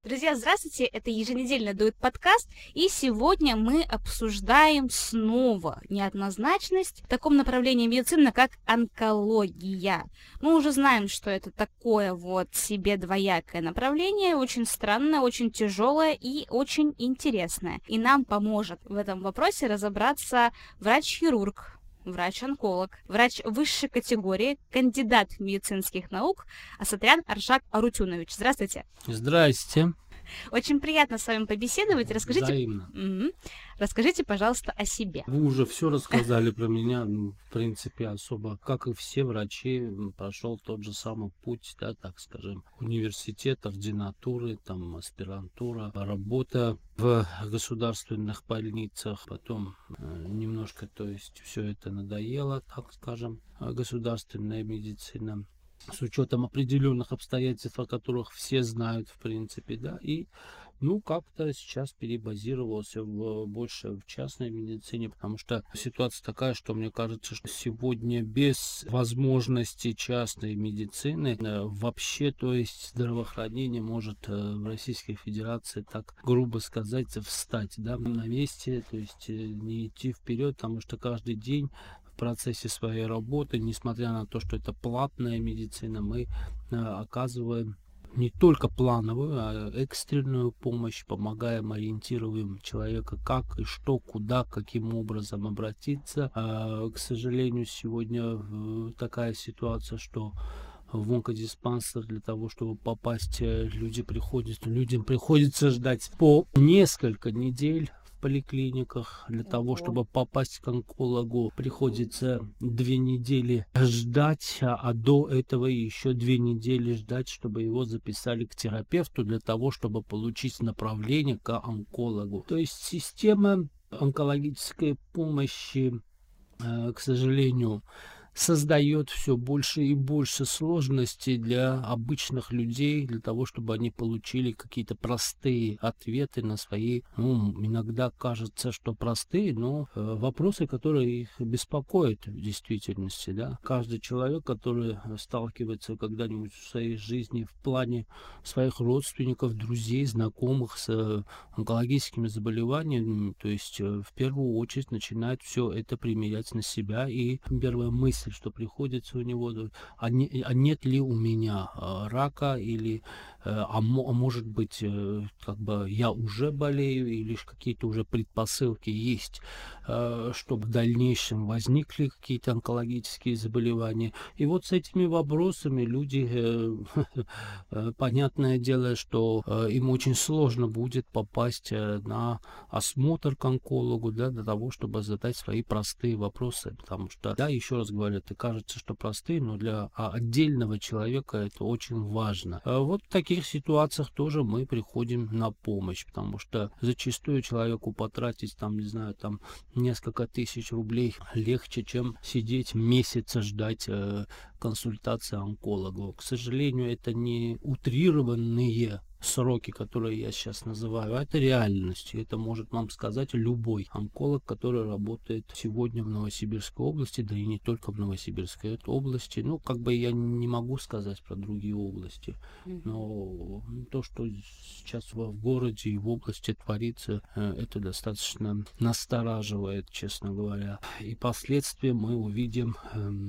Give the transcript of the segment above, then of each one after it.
Друзья, здравствуйте! Это еженедельно дует подкаст, и сегодня мы обсуждаем снова неоднозначность в таком направлении медицины, как онкология. Мы уже знаем, что это такое вот себе двоякое направление, очень странное, очень тяжелое и очень интересное. И нам поможет в этом вопросе разобраться врач-хирург, врач-онколог, врач высшей категории, кандидат медицинских наук Асатрян Аршак Арутюнович. Здравствуйте. Здрасте. Очень приятно с вами побеседовать. Взаимно. Расскажите, пожалуйста, о себе. Вы уже все рассказали про меня, в принципе, особо, как и все врачи, прошел тот же самый путь, да, так скажем, университет, ординатуры, там, аспирантура, работа в государственных больницах, потом немножко, то есть, все это надоело, так скажем, государственная медицина, с учетом определенных обстоятельств, о которых все знают, в принципе, да, и, как-то сейчас перебазировался больше в частной медицине, потому что ситуация такая, что мне кажется, что сегодня без возможности частной медицины вообще, то есть здравоохранение может в Российской Федерации, так грубо сказать, встать, да, на месте, то есть не идти вперед, потому что каждый день в процессе своей работы, несмотря на то, что это платная медицина, мы оказываем не только плановую, а экстренную помощь, помогаем, ориентируем человека, как и что, куда, каким образом обратиться. К сожалению, сегодня такая ситуация, что в онкодиспансер для того, чтобы попасть, людям приходится ждать по несколько недель. В поликлиниках для того, чтобы попасть к онкологу, приходится 2 недели ждать, а до этого еще 2 недели ждать, чтобы его записали к терапевту для того, чтобы получить направление к онкологу. То есть система онкологической помощи, к сожалению, создает все больше и больше сложностей для обычных людей, для того, чтобы они получили какие-то простые ответы на свои, иногда кажется, что простые, но вопросы, которые их беспокоят в действительности, да. Каждый человек, который сталкивается когда-нибудь в своей жизни в плане своих родственников, друзей, знакомых с онкологическими заболеваниями, то есть в первую очередь начинает все это примерять на себя, и первая мысль, что приходится у него, нет ли у меня рака, или может быть, я уже болею, или какие-то уже предпосылки есть, чтобы в дальнейшем возникли какие-то онкологические заболевания. И вот с этими вопросами люди, понятное дело, что им очень сложно будет попасть на осмотр к онкологу, да, для того, чтобы задать свои простые вопросы, потому что, да, еще раз говорю, это кажется, что простые, но для отдельного человека это очень важно. Вот в таких ситуациях тоже мы приходим на помощь, потому что зачастую человеку потратить, несколько тысяч рублей легче, чем сидеть месяца ждать консультации онколога. К сожалению, это не утрированные сроки, которые я сейчас называю, а это реальность. И это может вам сказать любой онколог, который работает сегодня в Новосибирской области, да и не только в Новосибирской области. Я не могу сказать про другие области, но то, что сейчас в городе и в области творится, это достаточно настораживает, честно говоря. И последствия мы увидим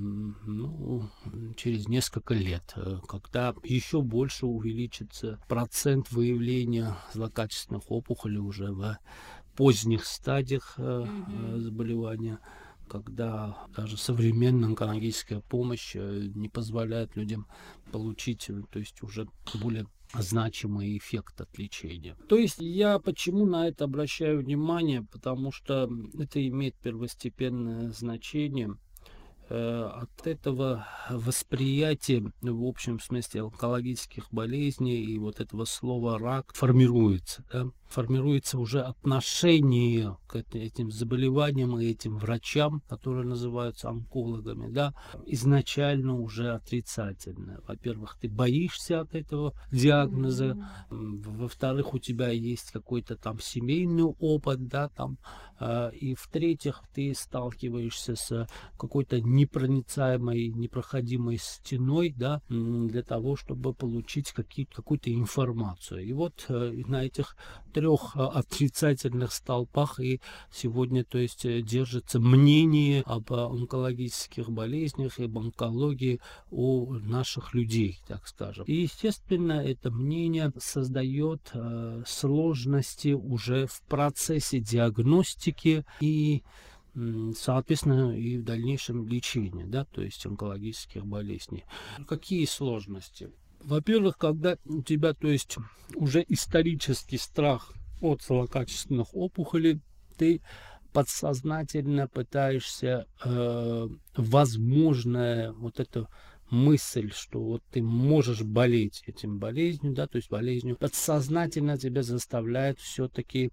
через несколько лет, когда еще больше увеличится процент выявления злокачественных опухолей уже в поздних стадиях заболевания, когда даже современная онкологическая помощь не позволяет людям получить, то есть уже более значимый эффект от лечения. То есть я почему на это обращаю внимание? Потому что это имеет первостепенное значение. От этого восприятия, в общем смысле, онкологических болезней и вот этого слова «рак» формируется. Да? формируется уже отношение к этим заболеваниям и этим врачам, которые называются онкологами, да, изначально уже отрицательное. Во-первых, ты боишься от этого диагноза, во-вторых, у тебя есть какой-то там семейный опыт, да, там, и в-третьих, ты сталкиваешься с какой-то непроницаемой, непроходимой стеной, да, для того, чтобы получить какую-то информацию. И вот на этих трех отрицательных столпах и сегодня, то есть, держится мнение об онкологических болезнях и об онкологии у наших людей, так скажем. И, естественно, это мнение создает сложности уже в процессе диагностики и, соответственно, и в дальнейшем лечении, да, то есть онкологических болезней. Какие сложности? Во-первых, когда у тебя, то есть, уже исторический страх от злокачественных опухолей, ты подсознательно пытаешься возможное вот это мысль, что вот ты можешь болеть этим болезнью, да, то есть болезнью, подсознательно тебя заставляет все-таки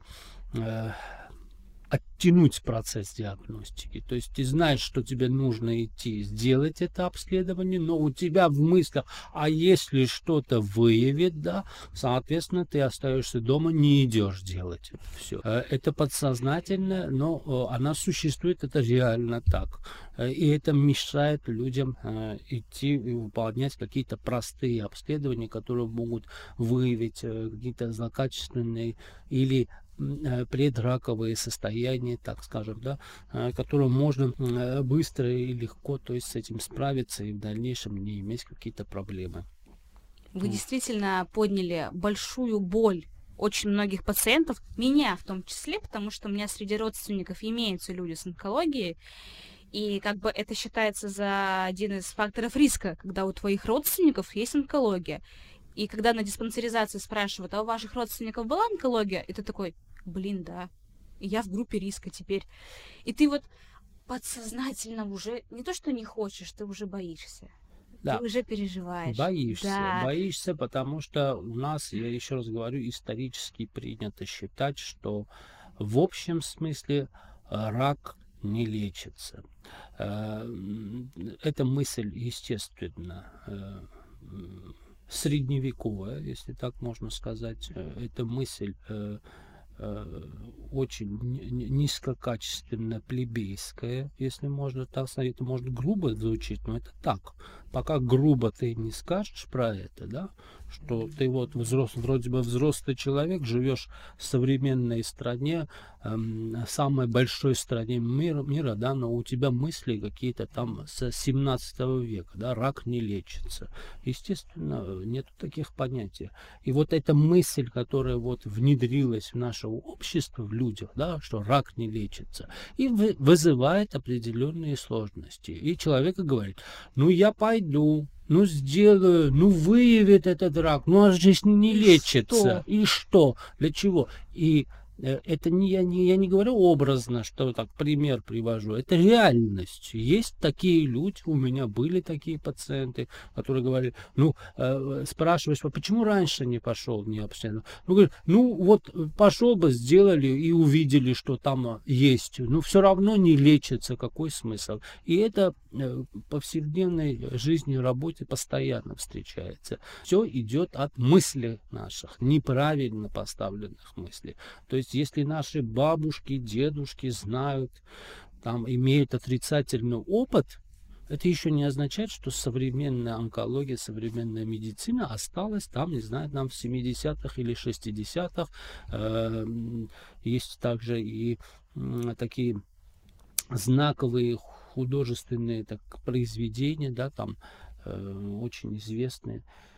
оттянуть процесс диагностики. То есть ты знаешь, что тебе нужно идти сделать это обследование, но у тебя в мыслях, а если что-то выявит, да, соответственно, ты остаешься дома, не идешь делать это все. Это подсознательно, но она существует, это реально так. И это мешает людям идти и выполнять какие-то простые обследования, которые могут выявить какие-то злокачественные или предраковые состояния, так скажем, да, которые можно быстро и легко, то есть, с этим справиться и в дальнейшем не иметь какие-то проблемы. Вы действительно подняли большую боль очень многих пациентов, меня в том числе, потому что у меня среди родственников имеются люди с онкологией, и как бы это считается за один из факторов риска, когда у твоих родственников есть онкология. И когда на диспансеризации спрашивают, а у ваших родственников была онкология? И ты такой, блин, да, я в группе риска теперь. И ты вот подсознательно уже не то, что не хочешь, ты уже боишься. Да. Ты уже переживаешь. Боишься, да. Боишься, потому что у нас, я еще раз говорю, исторически принято считать, что в общем смысле рак не лечится. Эта мысль, естественно, средневековая, если так можно сказать. Эта мысль очень низкокачественно плебейская, если можно так сказать. Это может грубо звучит, но это так. Пока грубо ты не скажешь про это, да, что ты вот вроде бы взрослый человек, живешь в современной стране, самой большой стране мира, да, но у тебя мысли какие-то там с 17 века, да, рак не лечится. Естественно, нет таких понятий. И вот эта мысль, которая вот внедрилась в наше общество, в людях, да, что рак не лечится, и вызывает определенные сложности. И человек говорит, ну я пойду, ну сделаю, ну выявит этот рак, ну а жизнь не лечится. И что? Для чего? И это я не говорю образно, что так пример привожу. Это реальность. Есть такие люди, у меня были такие пациенты, которые говорили, ну, спрашиваешь, почему раньше не пошел, не обследовал? Ну, говорю, ну, вот пошел бы, сделали и увидели, что там есть. Ну, все равно не лечится, какой смысл? И это в повседневной жизни, работе постоянно встречается. Все идет от мыслей наших, неправильно поставленных мыслей. То есть, если наши бабушки, дедушки знают, там, имеют отрицательный опыт, это еще не означает, что современная онкология, современная медицина осталась там, не знаю, там в 70-х или 60-х. Есть также и такие знаковые художественные произведения, да, там очень известные.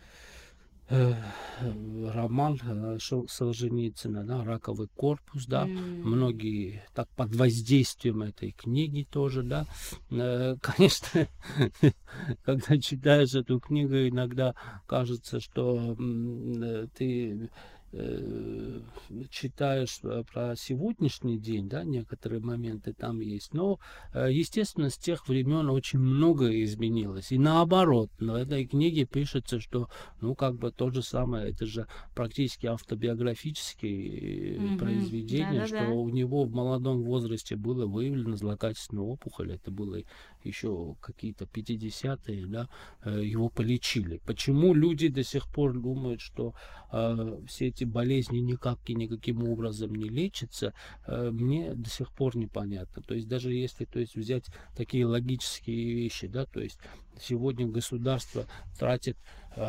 Роман Солженицына, да, «Раковый корпус», да, многие так под воздействием этой книги тоже, да, конечно, когда читаешь эту книгу, иногда кажется, что ты читаешь про сегодняшний день, да, некоторые моменты там есть, но, естественно, с тех времен очень многое изменилось. И наоборот, в этой книге пишется, что, ну, как бы то же самое, это же практически автобиографические произведения, что у него в молодом возрасте было выявлено злокачественная опухоль, это было еще какие-то 50-е, да, его полечили. Почему люди до сих пор думают, что все эти болезни никак и никаким образом не лечатся, мне до сих пор непонятно. То есть даже если, то есть, взять такие логические вещи, да, то есть сегодня государство тратит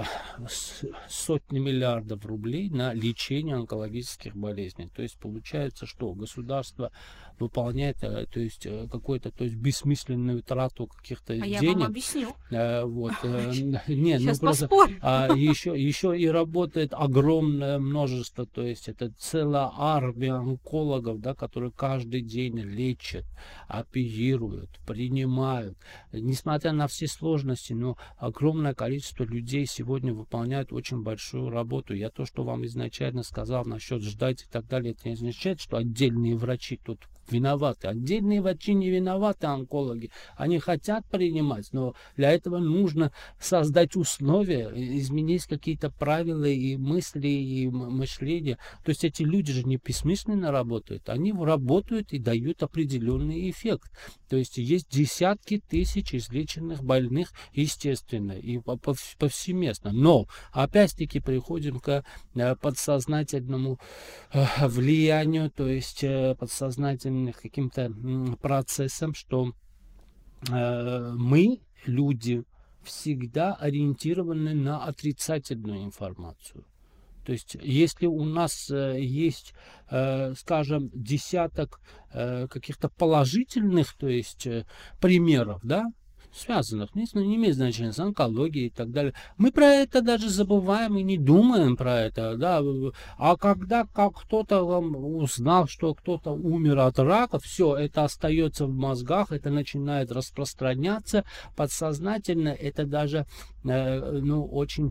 сотни миллиардов рублей на лечение онкологических болезней. То есть получается, что государство выполняет, то есть какую-то, то есть бессмысленную трату каких-то денег. Я вам объясню. Вот. Нет, сейчас ну просто еще и работает огромное множество, то есть это целая армия онкологов, да, которые каждый день лечат, оперируют, принимают. Несмотря на все сложности, но огромное количество людей сегодня выполняют очень большую работу. Я то, что вам изначально сказал насчет ждать и так далее, это не означает, что отдельные врачи тут виноваты. Отдельные врачи не виноваты, онкологи. Они хотят принимать, но для этого нужно создать условия, изменить какие-то правила и мысли, и мышления. То есть эти люди же не бессмысленно работают. Они работают и дают определенный эффект. То есть есть десятки тысяч излеченных больных, естественно, и повсеместно. Но, опять-таки, приходим к подсознательному влиянию, то есть подсознательным каким-то процессом, что мы, люди, всегда ориентированы на отрицательную информацию. То есть, если у нас есть, скажем, десяток каких-то положительных, то есть, примеров, да, связанных, не имеет значения с онкологией и так далее. Мы про это даже забываем и не думаем про это, да. А когда кто-то узнал, что кто-то умер от рака, все, это остается в мозгах, это начинает распространяться подсознательно, это даже, ну, очень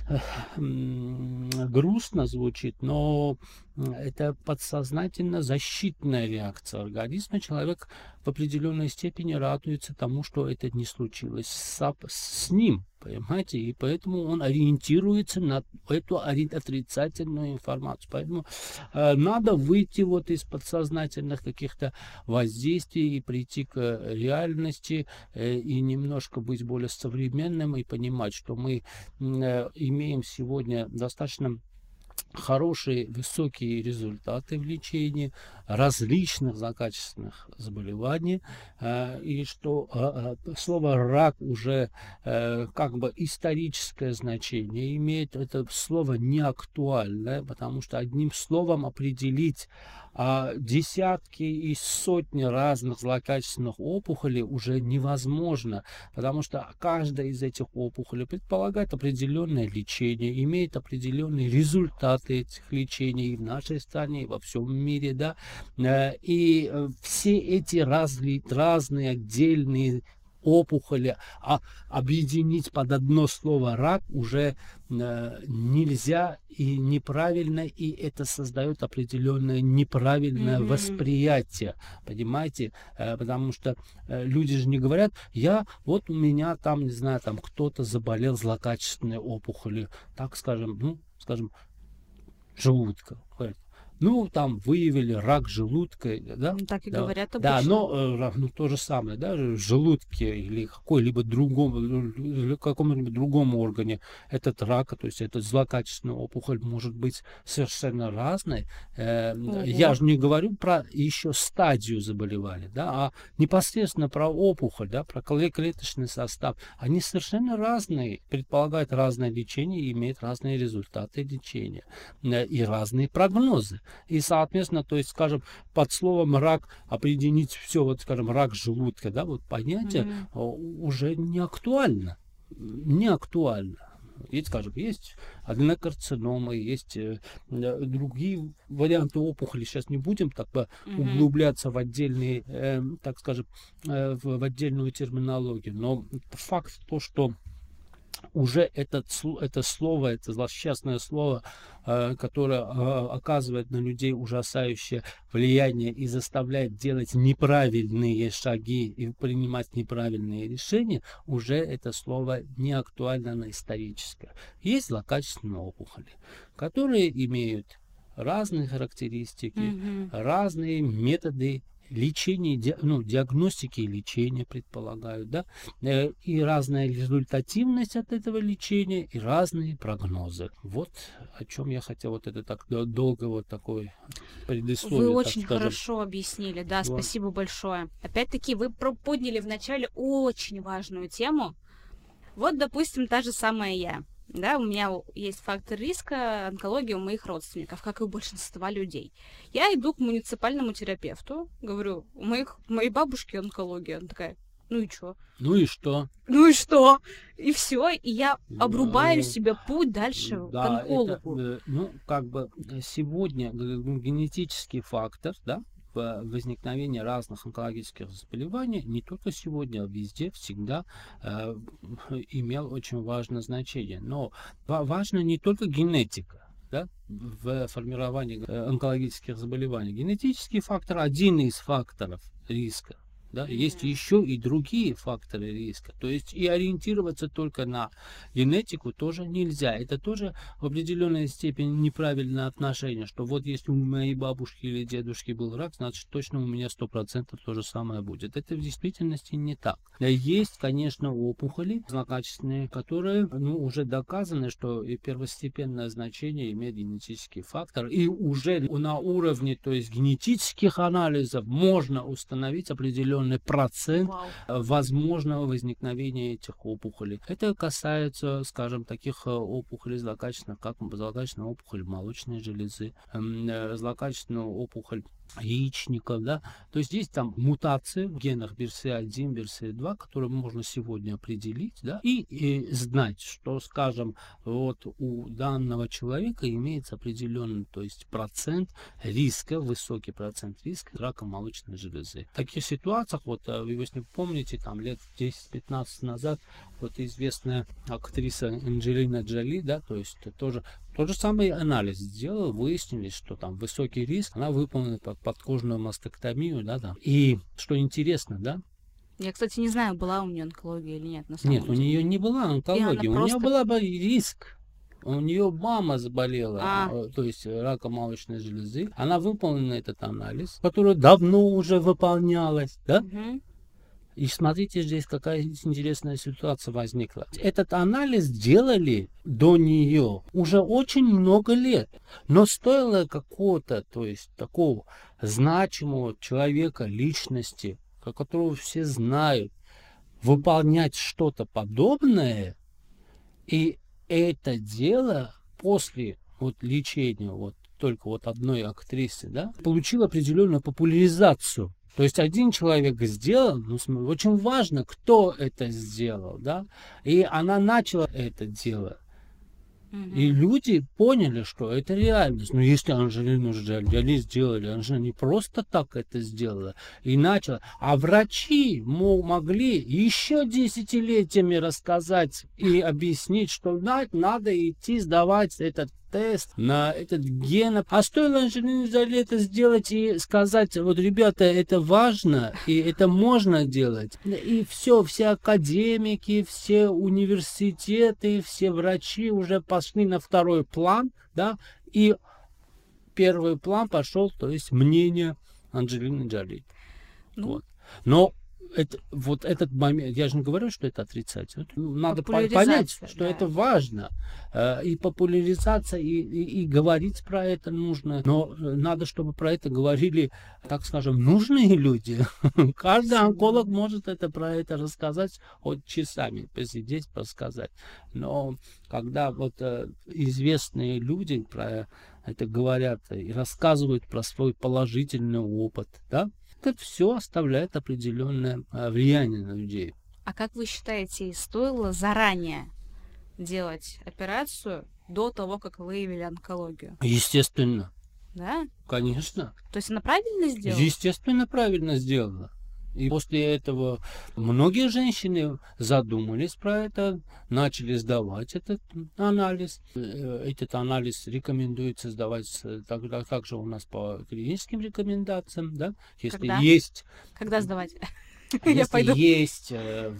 грустно звучит, но это подсознательно защитная реакция организма. Человек в определенной степени радуется тому, что это не случилось с ним, понимаете, и поэтому он ориентируется на эту отрицательную информацию. Поэтому надо выйти вот из подсознательных каких-то воздействий и прийти к реальности и немножко быть более современным и понимать, что мы имеем сегодня достаточно хорошие, высокие результаты в лечении различных злокачественных заболеваний, и что слово «рак» уже как бы историческое значение имеет. Это слово не актуальное, потому что одним словом определить десятки и сотни разных злокачественных опухолей уже невозможно, потому что каждая из этих опухолей предполагает определенное лечение, имеет определенные результаты этих лечений и в нашей стране, и во всем мире, да, и все эти разные отдельные опухоли объединить под одно слово «рак» уже нельзя и неправильно, и это создает определенное неправильное восприятие, понимаете, потому что люди же не говорят: вот у меня там, не знаю, там кто-то заболел злокачественной опухолью, так скажем, желудка. Ну, там выявили рак желудка, да? Так и да, говорят обычно. Да, но то же самое, да, в желудке или какой-либо каком-либо другом органе этот рак, то есть эта злокачественная опухоль может быть совершенно разной. Я же не говорю про еще стадию заболевания, да, а непосредственно про опухоль, да, про клеточный состав. Они совершенно разные, предполагают разное лечение и имеют разные результаты лечения и разные прогнозы. И, соответственно, то есть, скажем, под словом «рак» определить все, вот, скажем, рак желудка, да, вот понятие уже не актуально. Не актуально. Ведь, скажем, есть аденокарциномы, есть другие варианты опухоли. Сейчас не будем так углубляться в отдельные, так скажем, в отдельную терминологию. Но факт то, что уже это слово, это злосчастное слово, которое оказывает на людей ужасающее влияние и заставляет делать неправильные шаги и принимать неправильные решения, уже это слово не актуально на историческое. Есть злокачественные опухоли, которые имеют разные характеристики, разные методы лечения, диагностики и лечения предполагают, да, и разная результативность от этого лечения, и разные прогнозы. Вот о чем я хотел, вот это так долго, вот такой предисловие. Вы очень хорошо объяснили, да, вот. Спасибо большое. Опять-таки, вы подняли вначале очень важную тему. Вот, допустим, та же самая я. Да, у меня есть фактор риска онкологии у моих родственников, как и у большинства людей. Я иду к муниципальному терапевту, говорю, у моей бабушки онкология. Она такая, ну и чё? Ну и что? Ну и что? И все, и я обрубаю себе путь дальше к онкологу. Как бы сегодня генетический фактор, да, возникновения разных онкологических заболеваний не только сегодня, а везде, всегда имел очень важное значение. Но важна не только генетика, да, в формировании онкологических заболеваний. Генетический фактор один из факторов риска. Да? Есть еще и другие факторы риска. То есть и ориентироваться только на генетику тоже нельзя. Это тоже в определенной степени неправильное отношение, что вот если у моей бабушки или дедушки был рак, значит точно у меня 100% то же самое будет. Это в действительности не так. Есть, конечно, опухоли злокачественные, которые уже доказаны, что и первостепенное значение имеет генетический фактор. И уже на уровне, то есть генетических анализов можно установить определенный процент возможного возникновения этих опухолей. Это касается, скажем, таких опухолей злокачественных, как злокачественная опухоль молочной железы, злокачественная опухоль яичников, да, то есть есть там мутации в генах BRCA1, BRCA2, которые можно сегодня определить, да, и знать, что, скажем, вот у данного человека имеется определенный, то есть процент риска, высокий процент риска рака молочной железы. В таких ситуациях, вот вы, если помните, там лет 10-15 назад, вот известная актриса Анджелина Джоли, да, то есть тоже тот же самый анализ сделал, выяснилось, что там высокий риск, она выполнена под подкожную мастектомию, да, там. И что интересно, да? Я, кстати, не знаю, была у нее онкология или нет. На самом деле. У нее не была онкология, у нее была бы риск. У нее мама заболела, то есть раком молочной железы. Она выполнила этот анализ, который давно уже выполнялась, да? И смотрите, здесь какая интересная ситуация возникла. Этот анализ делали до нее уже очень много лет. Но стоило какого-то, то есть такого значимого человека, личности, которого все знают, выполнять что-то подобное, и это дело после лечения только одной актрисы, да, получило определенную популяризацию. То есть один человек сделал, очень важно, кто это сделал, да, и она начала это дело. И люди поняли, что это реальность. Но если Анджелину Джоли сделали, она же не просто так это сделала. И начала. А врачи могли еще десятилетиями рассказать и объяснить, что надо идти сдавать этот тест на этот ген. А стоило Анджелине Джоли это сделать и сказать, вот, ребята, это важно, и это можно делать. И все академики, все университеты, все врачи уже пошли на второй план, да, и первый план пошел, то есть мнение Анджелины Джоли. Вот. Но этот момент, я же не говорю, что это отрицательно. Надо понять, что это важно. И популяризация, и говорить про это нужно. Но надо, чтобы про это говорили, так скажем, нужные люди. Каждый онколог может про это рассказать часами, посидеть, рассказать. Но когда известные люди про это говорят и рассказывают про свой положительный опыт, да, это все оставляет определенное влияние на людей. А как вы считаете, стоило заранее делать операцию до того, как выявили онкологию? Естественно. Да? Конечно. То есть она правильно сделала? Естественно, правильно сделала. И после этого многие женщины задумались про это, начали сдавать этот анализ. Этот анализ рекомендуется сдавать тогда также у нас по клиническим рекомендациям, да? Если Когда? есть, Когда сдавать? Я если пойду. есть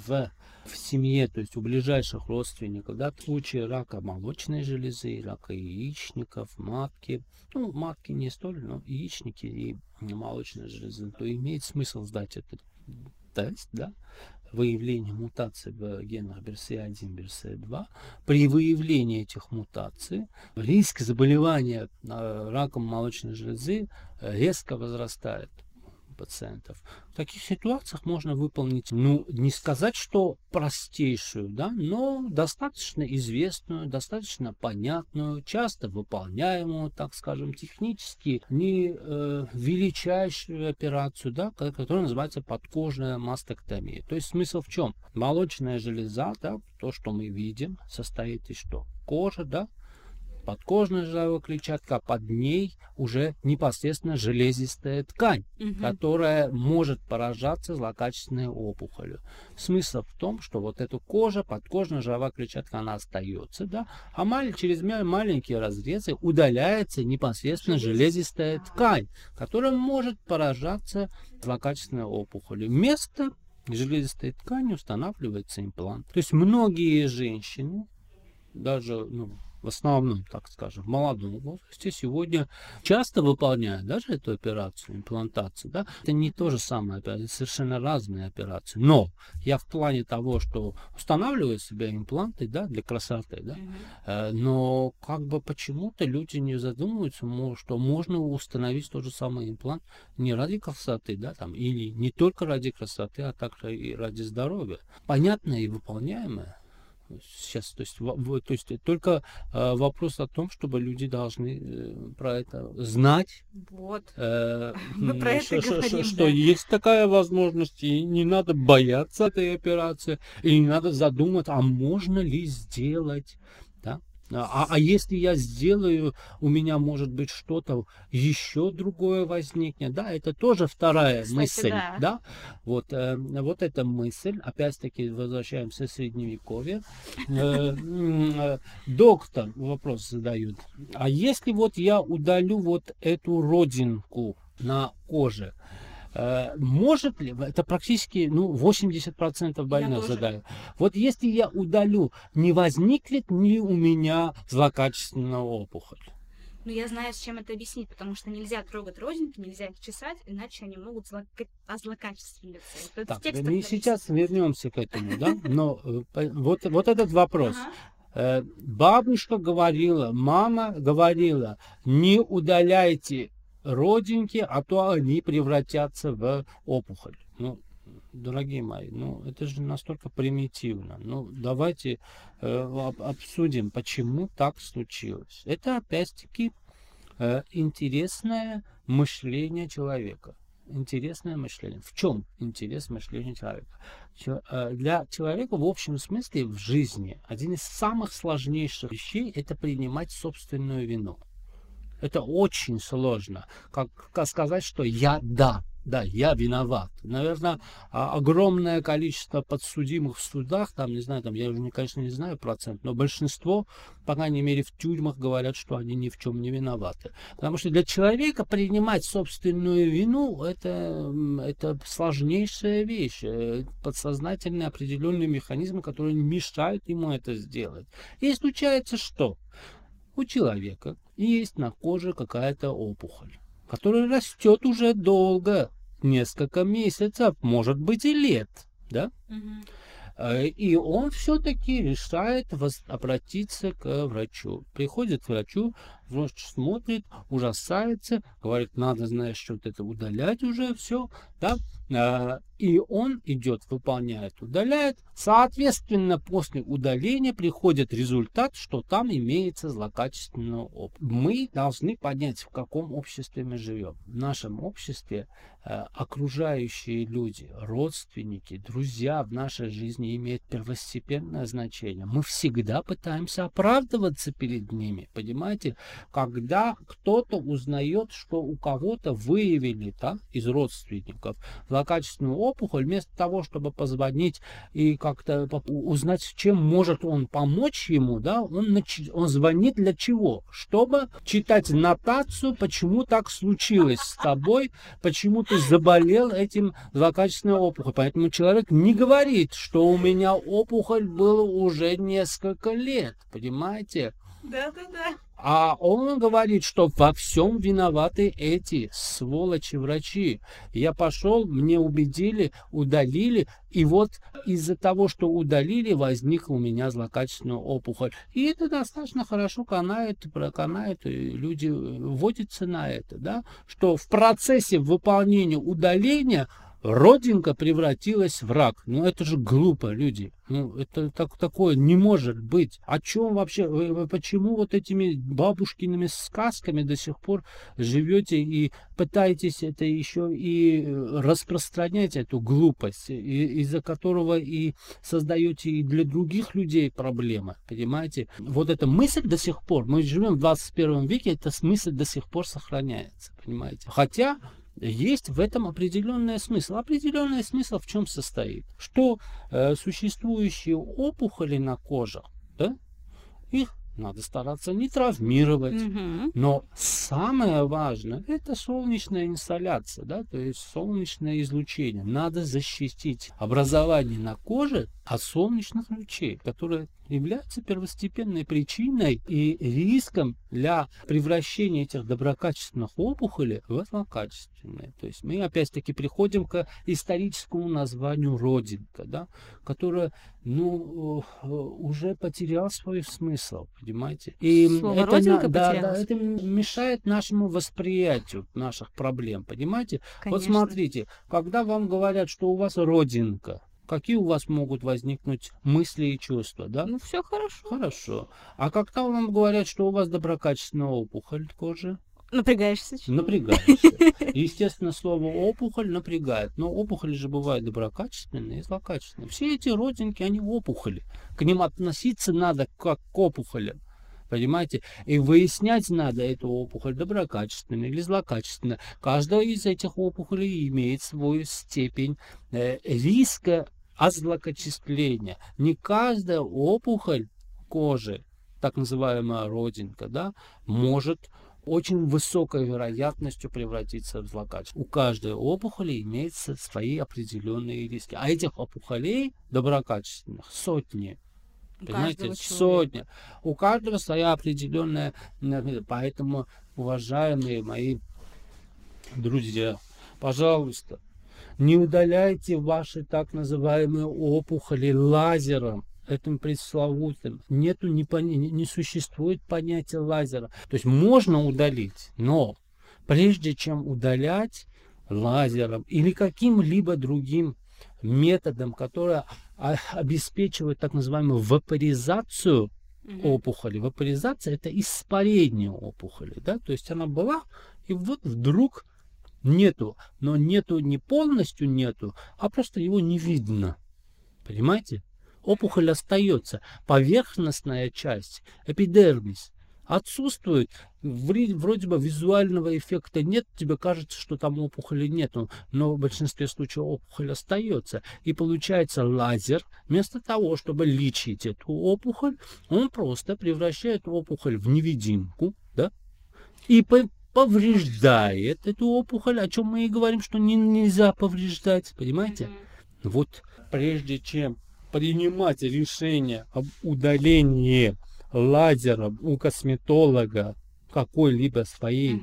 в семье, то есть у ближайших родственников, да, в случае рака молочной железы, рака яичников, матки, ну, матки не столь, но яичники и молочной железы, то имеет смысл сдать этот тест, да, выявление мутаций в генах BRCA1, BRCA2. При выявлении этих мутаций риск заболевания раком молочной железы резко возрастает пациентов. В таких ситуациях можно выполнить, ну, не сказать, что простейшую, да, но достаточно известную, достаточно понятную, часто выполняемую, так скажем, технически не величайшую операцию, да, которая называется подкожная мастектомия. То есть смысл в чем? Молочная железа, да, то, что мы видим, состоит из что? Кожа, да, подкожная жировая клетчатка, а под ней уже непосредственно железистая ткань, которая может поражаться злокачественной опухолью. Смысл в том, что вот эту кожу, подкожная жировая клетчатка, она остается, да, а через маленькие разрезы удаляется непосредственно железистая ткань, которая может поражаться злокачественной опухолью. Вместо железистой ткани устанавливается имплант. То есть многие женщины, даже, ну, в основном, так скажем, в молодом возрасте сегодня часто выполняют даже эту операцию, имплантацию. Да? Это не то же самое, это совершенно разные операции. Но я в плане того, что устанавливаю себе импланты, да, для красоты, да, но как бы почему-то люди не задумываются, что можно установить тот же самый имплант не ради красоты, да, там, или не только ради красоты, а также и ради здоровья. Понятное и выполняемое. Сейчас, то есть только вопрос о том, чтобы люди должны про это знать. Вот. Мы про это говорим, что есть такая возможность, и не надо бояться этой операции, и не надо задуматься, а можно ли сделать, да? А если я сделаю, у меня может быть что-то еще другое возникнет, да, это тоже вторая мысль, да, вот эта мысль, опять-таки возвращаемся в средневековье, доктор вопрос задают, а если вот я удалю вот эту родинку на коже, может ли, это практически, ну, 80% больных задают. Вот если я удалю, не возникнет ли у меня злокачественная опухоль? Ну, я знаю, с чем это объяснить, потому что нельзя трогать родинки, нельзя их чесать, иначе они могут озлокачествениться. Так, мы сейчас вернемся к этому, да? Но вот этот вопрос. Бабушка говорила, мама говорила, не удаляйте родинки, а то они превратятся в опухоль. Ну, дорогие мои, ну это же настолько примитивно. Ну, давайте обсудим, почему так случилось. Это опять-таки интересное мышление человека. Интересное мышление. В чем интерес мышления человека? Для человека в общем смысле в жизни один из самых сложнейших вещей — это принимать собственную вину. Это очень сложно. Как сказать, что я я виноват. Наверное, огромное количество подсудимых в судах, там, не знаю, там, я уже, конечно, не знаю процент, но большинство, по крайней мере, в тюрьмах говорят, что они ни в чем не виноваты. Потому что для человека принимать собственную вину это сложнейшая вещь. Подсознательные определенные механизмы, которые мешают ему это сделать. И случается что? У человека есть на коже какая-то опухоль, которая растет уже долго, несколько месяцев, может быть и лет, да? И он все-таки решает обратиться к врачу. Приходит к врачу, врач смотрит, ужасается, говорит, надо, знаешь, что-то это удалять уже, все, да? И он идет, выполняет, удаляет. Соответственно, после удаления приходит результат, что там имеется злокачественная опухоль. Мы должны понять, в каком обществе мы живем. В нашем обществе окружающие люди, родственники, друзья в нашей жизни имеют первостепенное значение. Мы всегда пытаемся оправдываться перед ними, понимаете? когда кто-то узнает, что у кого-то выявили, да, из родственников злокачественную опухоль, вместо того, чтобы позвонить и как-то узнать, чем может он помочь ему, да, он звонит для чего? Чтобы читать нотацию, почему так случилось с тобой, почему ты заболел этим злокачественной опухолью. Поэтому человек не говорит, что у меня опухоль была уже несколько лет, понимаете? Да. А он говорит, что во всем виноваты эти сволочи-врачи. Я пошел, мне убедили, удалили, и вот из-за того, что удалили, возникла у меня злокачественная опухоль. И это достаточно хорошо канает, и люди вводятся на это, да, что в процессе выполнения удаления родинка превратилась в рак. Ну, это же глупо, люди. Ну, это такое не может быть. О чем вообще? Вы почему вот этими бабушкиными сказками до сих пор живете и пытаетесь это еще и распространять, эту глупость, из-за которого и создаете и для других людей проблемы, понимаете? Вот эта мысль до сих пор, мы живем в 21 веке, эта мысль до сих пор сохраняется, понимаете? Хотя есть в этом определенный смысл. Определенный смысл в чем состоит? Что существующие опухоли на коже, да, их надо стараться не травмировать. Но самое важное — это солнечная инсоляция, да, то есть солнечное излучение. Надо защитить образование на коже от солнечных лучей, которые являются первостепенной причиной и риском для превращения этих доброкачественных опухолей в злокачественные. То есть мы опять-таки приходим к историческому названию родинка, да, которая, уже потерял свой смысл, понимаете? И слово родинка потерялось? Это мешает нашему восприятию наших проблем, понимаете? Конечно. Вот смотрите, когда вам говорят, что у вас родинка, какие у вас могут возникнуть мысли и чувства, да? Ну, все хорошо. Хорошо. А когда вам говорят, что у вас доброкачественная опухоль кожи? Напрягаешься? Напрягаешься. Естественно, слово опухоль напрягает. Но опухоли же бывают доброкачественные и злокачественные. Все эти родинки, они опухоли. К ним относиться надо как к опухолям. Понимаете? И выяснять надо, эту опухоль доброкачественная или злокачественная. Каждая из этих опухолей имеет свою степень риска озлокочисления. Не каждая опухоль кожи, так называемая родинка, да, может очень высокой вероятностью превратиться в злокачественную. У каждой опухоли имеются свои определенные риски. А этих опухолей доброкачественных сотни. Понимаете, сотни. У каждого своя определенная. Поэтому, уважаемые мои друзья, пожалуйста, не удаляйте ваши так называемые опухоли лазером, этим пресловутым. Не существует понятия лазера. То есть можно удалить, но прежде чем удалять лазером или каким-либо другим методом, который обеспечивает так называемую вапоризацию опухоли. Вапоризация — это испарение опухоли, да, то есть она была, и вот вдруг нету, но нету не полностью нету, а просто его не видно, понимаете? Опухоль остается, поверхностная часть, эпидермис, отсутствует, вроде бы визуального эффекта нет, тебе кажется, что там опухоли нету, но в большинстве случаев опухоль остается. И получается лазер, вместо того, чтобы лечить эту опухоль, он просто превращает опухоль в невидимку, да, и повреждает эту опухоль, о чем мы и говорим, что нельзя повреждать, понимаете? Вот прежде чем принимать решение об удалении лазером у косметолога какой-либо своей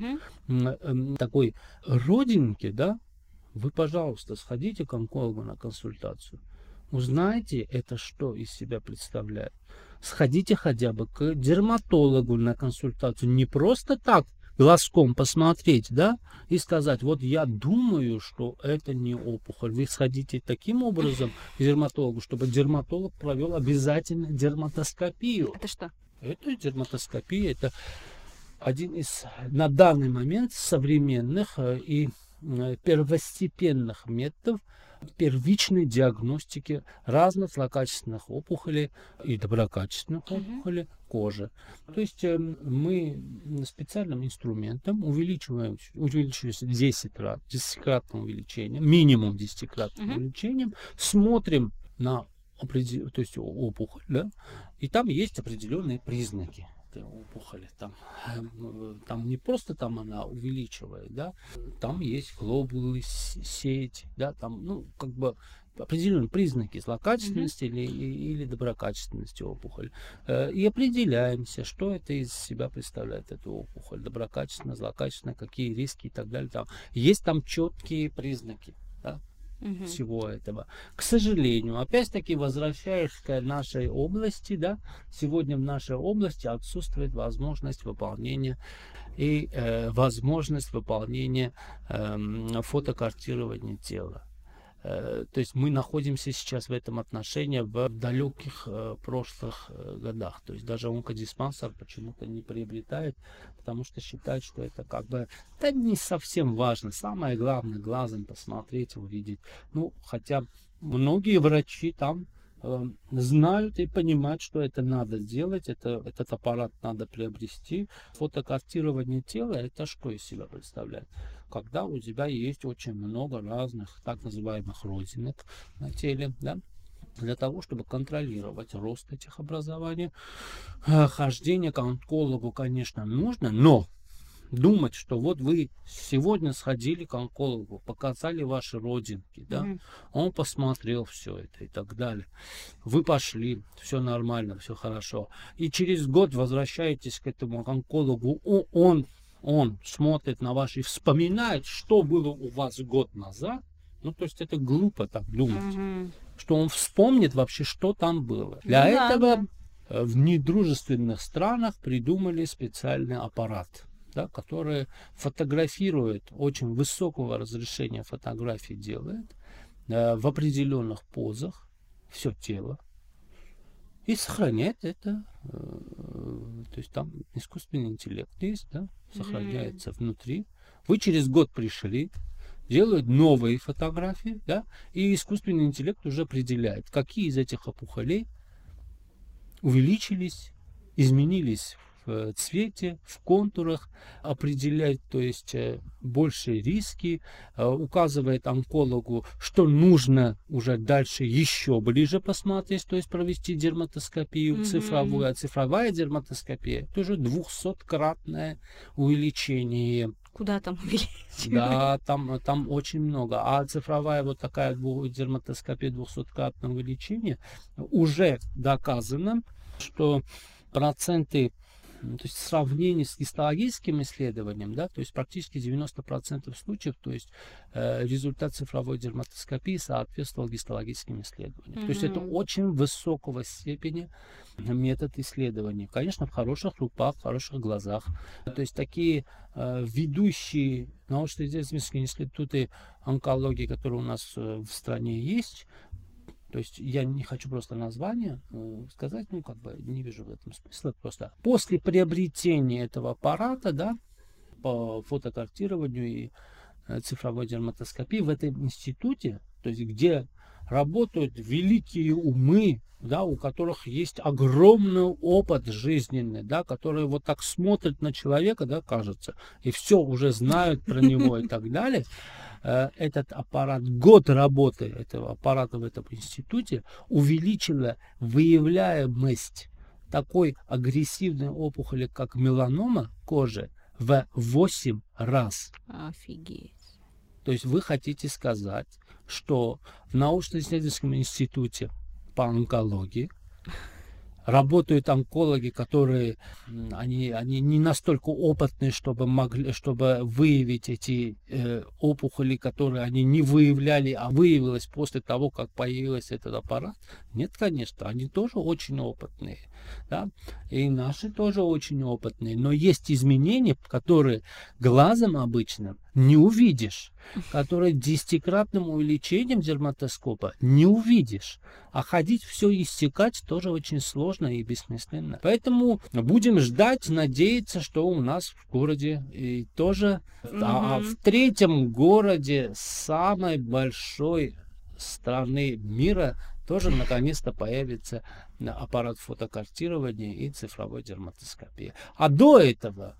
такой родинки, да, вы, пожалуйста, сходите к онкологу на консультацию. Узнайте, это что из себя представляет. Сходите хотя бы к дерматологу на консультацию. Не просто так глазком посмотреть, да, и сказать, вот я думаю, что это не опухоль. Вы сходите таким образом к дерматологу, чтобы дерматолог провел обязательно дерматоскопию. Это что? Это дерматоскопия, это один из на данный момент современных и первостепенных методов первичной диагностики разных злокачественных опухолей и доброкачественных опухолей кожи. То есть мы специальным инструментом увеличиваемся 10 раз, 10-кратным увеличением, минимум 10-кратным увеличением, смотрим на то есть опухоль, да, и там есть определенные признаки этой опухоли. Там не просто там она увеличивает, да, там есть глобулы, сеть, да, там, ну, как бы определенные признаки злокачественности или доброкачественности опухоли. И определяемся, что это из себя представляет, эта опухоль, доброкачественная, злокачественная, какие риски и так далее. Есть там четкие признаки, да, всего этого. К сожалению, опять-таки, возвращаясь к нашей области, да, сегодня в нашей области отсутствует возможность выполнения фотокартирования тела. То есть мы находимся сейчас в этом отношении в далеких прошлых годах. То есть даже онкодиспансер почему-то не приобретает, потому что считает, что это как бы не совсем важно. Самое главное глазом посмотреть, увидеть. Ну, хотя многие врачи там знают и понимают, что это надо делать, этот аппарат надо приобрести. Фотокартирование тела, это что из себя представляет? Когда у тебя есть очень много разных так называемых родинок на теле, да, для того, чтобы контролировать рост этих образований. Хождение к онкологу, конечно, нужно, но думать, что вот вы сегодня сходили к онкологу, показали ваши родинки, да, он посмотрел все это и так далее. Вы пошли, все нормально, все хорошо. И через год возвращаетесь к этому онкологу, он смотрит на ваши и вспоминает, что было у вас год назад. Ну, то есть это глупо так думать, что он вспомнит вообще, что там было. Для этого в недружественных странах придумали специальный аппарат, да, который фотографирует, очень высокого разрешения фотографий делает, в определенных позах все тело и сохраняет это. То есть там искусственный интеллект есть, да, сохраняется внутри. Вы через год пришли, делают новые фотографии, да, и искусственный интеллект уже определяет, какие из этих опухолей увеличились, изменились в цвете, в контурах, определяет, то есть большие риски, указывает онкологу, что нужно уже дальше еще ближе посмотреть, то есть провести дерматоскопию цифровую, а цифровая дерматоскопия это уже 200-кратное увеличение. Куда там увеличивать? Да, там очень много. А цифровая вот такая дерматоскопия 200-кратного увеличения уже доказано, что проценты, то есть в сравнении с гистологическим исследованием, да, то есть практически 90% случаев, то есть результат цифровой дерматоскопии соответствовал гистологическим исследованиям. То есть это очень высокого степени метод исследования. Конечно, в хороших руках, в хороших глазах. То есть такие ведущие научно-исследовательские институты онкологии, которые у нас в стране есть, то есть я не хочу просто название сказать, ну как бы не вижу в этом смысла. Просто после приобретения этого аппарата, да, по фотокартированию и цифровой дерматоскопии в этом институте, то есть где работают великие умы, да, у которых есть огромный опыт жизненный, да, которые вот так смотрят на человека, да, кажется, и все уже знают про него и так далее. Этот аппарат, год работы этого аппарата в этом институте увеличила выявляемость такой агрессивной опухоли, как меланома кожи, в 8 раз. Офигеть. То есть вы хотите сказать, что в научно-исследовательском институте по онкологии работают онкологи, которые они не настолько опытные, чтобы выявить эти опухоли, которые они не выявляли, а выявилось после того, как появился этот аппарат? Нет, конечно, они тоже очень опытные, да? И наши тоже очень опытные, но есть изменения, которые глазом обычным не увидишь, которые 10-кратным увеличением дерматоскопа не увидишь, а ходить все иссекать тоже очень сложно и бессмысленно. Поэтому будем ждать, надеяться, что у нас в городе и тоже, а в третьем городе самой большой страны мира тоже наконец-то появится аппарат фотокартирования и цифровой дерматоскопии. А до этого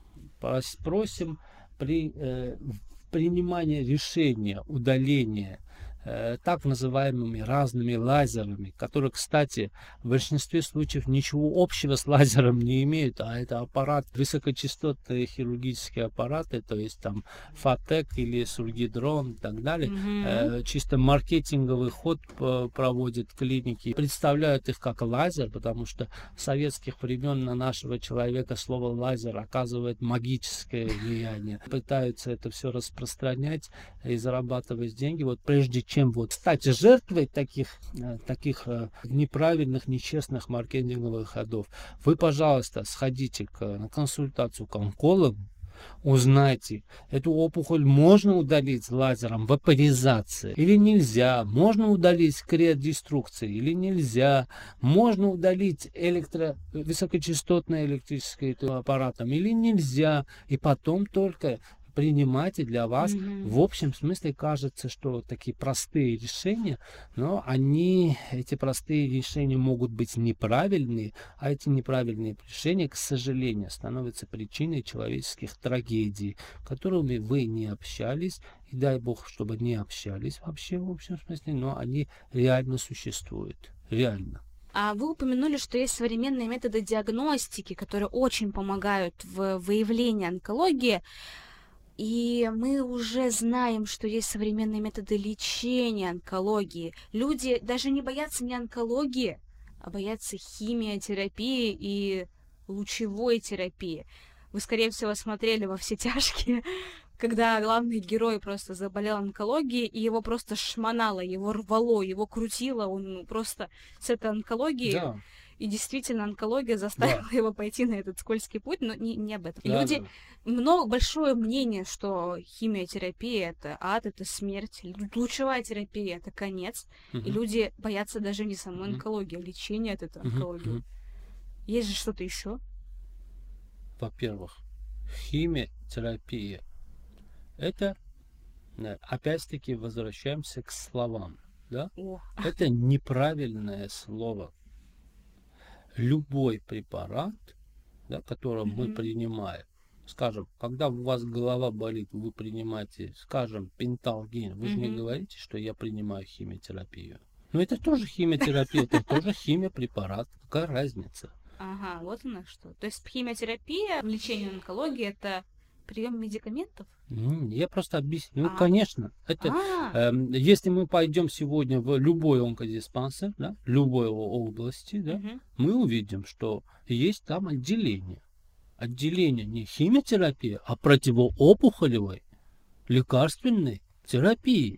просим при принимании решения удаления так называемыми разными лазерами, которые, кстати, в большинстве случаев ничего общего с лазером не имеют, а это аппарат, высокочастотные хирургические аппараты, то есть там Фатек или Сургидрон и так далее, чисто маркетинговый ход проводят клиники, представляют их как лазер, потому что с советских времен на нашего человека слово лазер оказывает магическое влияние. Пытаются это все распространять и зарабатывать деньги. Вот прежде чем стать жертвой таких неправильных, нечестных маркетинговых ходов, вы, пожалуйста, сходите на консультацию к онкологу, узнайте, эту опухоль можно удалить лазером вапоризации или нельзя, можно удалить криодеструкцией или нельзя, можно удалить высокочастотным электрическим аппаратом или нельзя, и потом только принимайте. Для вас в общем смысле кажется, что такие простые решения, но эти простые решения могут быть неправильные, а эти неправильные решения, к сожалению, становятся причиной человеческих трагедий, которыми вы не общались, и дай бог, чтобы не общались вообще в общем смысле, но они реально существуют, реально. А вы упомянули, что есть современные методы диагностики, которые очень помогают в выявлении онкологии. И мы уже знаем, что есть современные методы лечения онкологии. Люди даже не боятся не онкологии, а боятся химиотерапии и лучевой терапии. Вы, скорее всего, смотрели «Во все тяжкие», когда главный герой просто заболел онкологией, и его просто шмонало, его рвало, его крутило, он просто с этой онкологией... Да. И действительно, онкология заставила его пойти на этот скользкий путь, но не об этом. Да, Люди, большое мнение, что химиотерапия — это ад, это смерть, лучевая терапия — это конец. И люди боятся даже не самой онкологии, а лечения от этой онкологии. Есть же что-то еще? Во-первых, химиотерапия — это, опять-таки, возвращаемся к словам. Да? Это неправильное слово. Любой препарат, да, который мы принимаем, скажем, когда у вас голова болит, вы принимаете, скажем, пенталгин, вы же не говорите, что я принимаю химиотерапию. Но это тоже химиотерапия, это тоже химиопрепарат. Какая разница? Ага, вот она что. То есть химиотерапия в лечении онкологии — это прием медикаментов? Я просто объясню. Ну, конечно. Если мы пойдем сегодня в любой онкодиспансер, да, любой области, да, мы увидим, что есть там отделение. Отделение не химиотерапии, а противоопухолевой лекарственной терапии.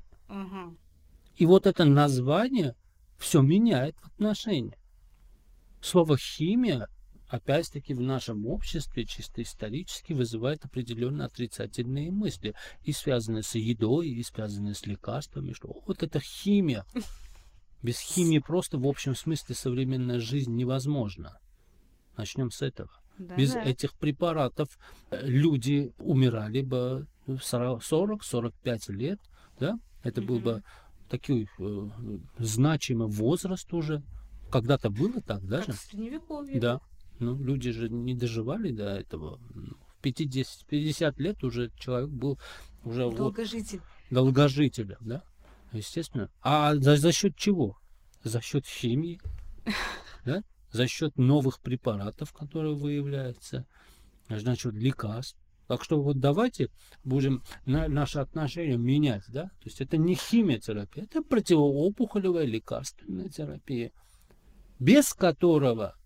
И вот это название все меняет в отношении. Слово «химия» опять-таки в нашем обществе чисто исторически вызывает определенные отрицательные мысли, и связанные с едой, и связанные с лекарствами, что вот это химия. Без химии просто в общем смысле современная жизнь невозможна. Начнем с этого. Без этих препаратов люди умирали бы в 40-45 лет, да? Это был бы такой значимый возраст уже. Когда-то было так, даже? Как в Средневековье. Да. Ну, люди же не доживали до этого. В 50 лет уже человек был уже долгожителем, да? Естественно. А за счет чего? За счет химии, да? За счет новых препаратов, которые выявляются, за счет лекарств. Так что вот давайте будем наши отношения менять, да? То есть это не химиотерапия, это противоопухолевая лекарственная терапия, без которого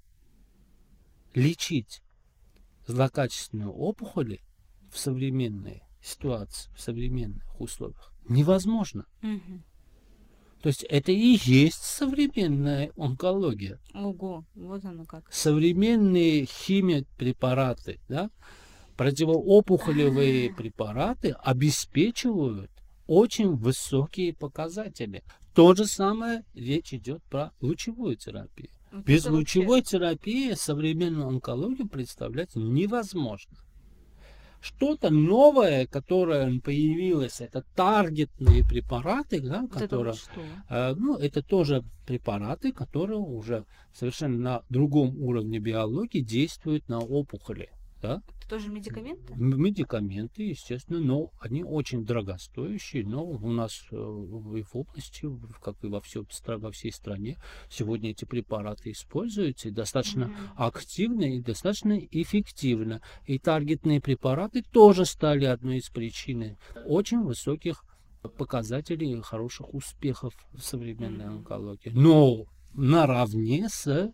лечить злокачественные опухоли в современной ситуации, в современных условиях невозможно. То есть это и есть современная онкология. Ого, вот оно как. Современные химиопрепараты, да, противоопухолевые препараты обеспечивают очень высокие показатели. То же самое речь идет про лучевую терапию. Вот без лучевой терапии современную онкологию представлять невозможно. что-то новое, которое появилось, это таргетные препараты, да, Вот это которые, вот что? ну, это тоже препараты, которые уже совершенно на другом уровне биологии действуют на опухоли. Да? Это тоже медикаменты? Медикаменты, естественно, но они очень дорогостоящие, но у нас и в области, как и во всей стране, сегодня эти препараты используются и достаточно активно и достаточно эффективно. И таргетные препараты тоже стали одной из причин очень высоких показателей и хороших успехов в современной онкологии. Но наравне с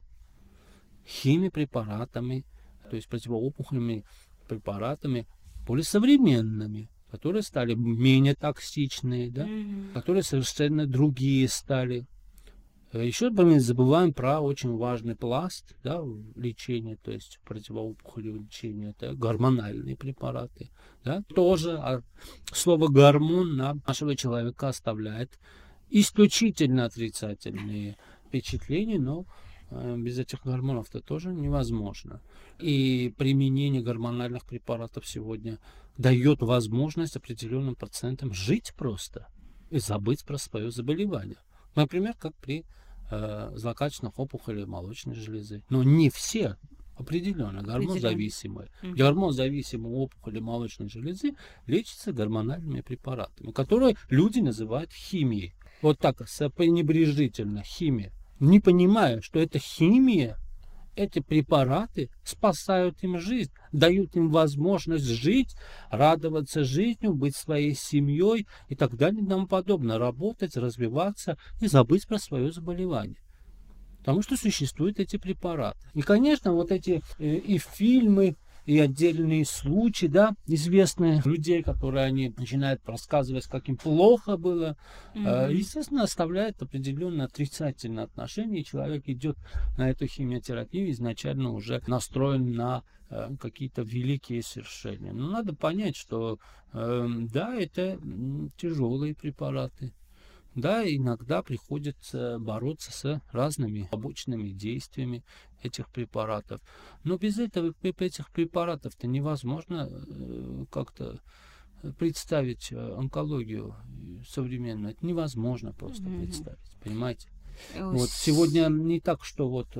химиопрепаратами, то есть противоопухолевыми препаратами, более современными, которые стали менее токсичные, да, которые совершенно другие стали. Еще мы не забываем про очень важный пласт, да, лечения, то есть противоопухолевого лечения, это гормональные препараты. Да, тоже слово гормон на нашего человека оставляет исключительно отрицательные впечатления, но без этих гормонов-то тоже невозможно. И применение гормональных препаратов сегодня дает возможность определенным пациентам жить просто и забыть про свое заболевание. Например, как при злокачественных опухолях молочной железы. Но не все, определенно, гормонзависимые. Гормонзависимые опухоли молочной железы лечатся гормональными препаратами, которые люди называют химией. Вот так, пренебрежительно, химия. Не понимая, что это химия, эти препараты спасают им жизнь, дают им возможность жить, радоваться жизнью, быть своей семьей и так далее и тому подобное, работать, развиваться и забыть про свое заболевание. Потому что существуют эти препараты. И, конечно, вот эти и фильмы, и отдельные случаи, да, известные людей, которые они начинают рассказывать, как им плохо было, естественно, оставляет определенное отрицательное отношение, и человек идет на эту химиотерапию изначально уже настроен на какие-то великие свершения. Но надо понять, что да, это тяжелые препараты. Да, иногда приходится бороться с разными побочными действиями этих препаратов. Но без этих препаратов-то невозможно как-то представить онкологию современную. Это невозможно просто представить, понимаете? Вот сегодня не так, что вот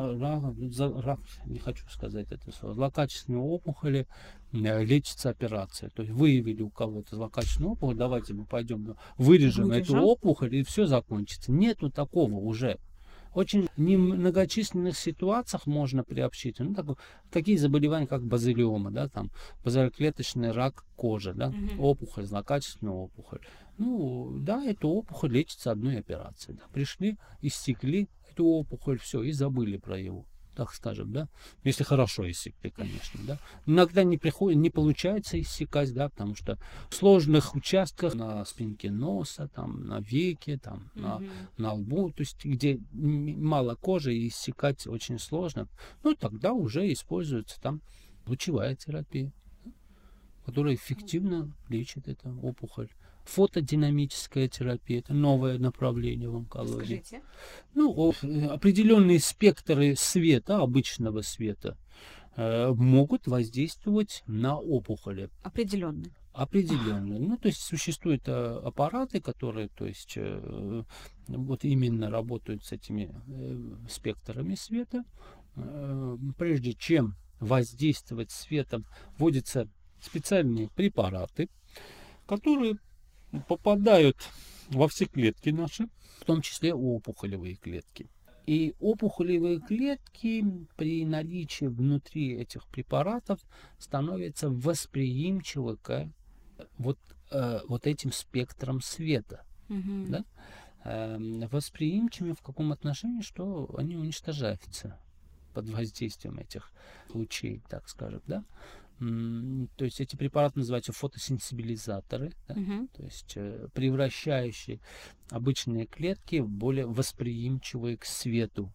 не хочу сказать это слово, злокачественные опухоли лечится операция. То есть выявили у кого-то злокачественную опухоль, давайте мы пойдем вырежем эту опухоль и все закончится. Нету такого уже. Очень немногочисленных ситуациях можно приобщить. Ну, такие заболевания, как базилиома, да, там, базалоклеточный рак кожи, да, опухоль, злокачественная опухоль. Ну, да, эта опухоль лечится одной операцией. Да. Пришли, иссекли эту опухоль, все, и забыли про его, так скажем, да. Если хорошо иссекли, конечно, да. Иногда не получается иссекать, да, потому что в сложных участках на спинке носа, там, на веке, там, на лбу, то есть где мало кожи, и иссекать очень сложно, ну, тогда уже используется там лучевая терапия, которая эффективно лечит эту опухоль. Фотодинамическая терапия – это новое направление в онкологии. Скажите. Ну, определенные спектры света, обычного света, могут воздействовать на опухоли. Определенные. Определенные. Ну, то есть существуют аппараты, которые, то есть, вот именно работают с этими спектрами света. Прежде чем воздействовать светом, вводятся специальные препараты, которые попадают во все клетки наши, в том числе опухолевые клетки. И опухолевые клетки при наличии внутри этих препаратов становятся восприимчивы к вот этим спектрам света. Да? Восприимчивы в каком отношении, что они уничтожаются под воздействием этих лучей, так скажем, да? То есть эти препараты называются фотосенсибилизаторы, да? То есть превращающие обычные клетки в более восприимчивые к свету,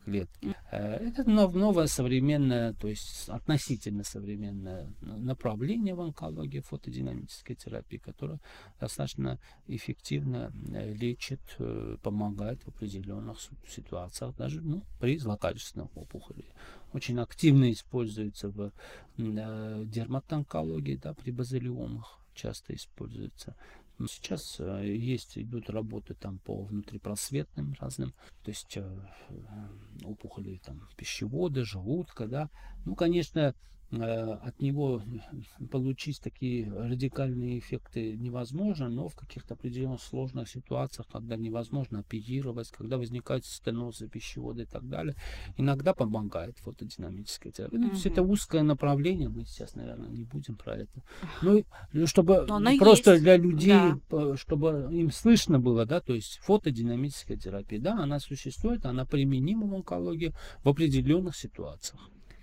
клетки. Это новое современное, то есть относительно современное направление в онкологии, фотодинамической терапии, которое достаточно эффективно лечит, помогает в определенных ситуациях, даже при злокачественных опухолях. Очень активно используется в дерматоонкологии, да, при базилиомах часто используется. Сейчас идут работы там по внутрипросветным разным, то есть опухоли там пищевода, желудка, да. Конечно, от него получить такие радикальные эффекты невозможно, но в каких-то определенных сложных ситуациях, когда невозможно оперировать, когда возникают стенозы пищевода и так далее, иногда помогает фотодинамическая терапия. Все это узкое направление, мы сейчас, наверное, не будем про это. Чтобы просто есть. Для людей, да, чтобы им слышно было, да, то есть фотодинамическая терапия, да, она существует, она применима в онкологии в определенных ситуациях.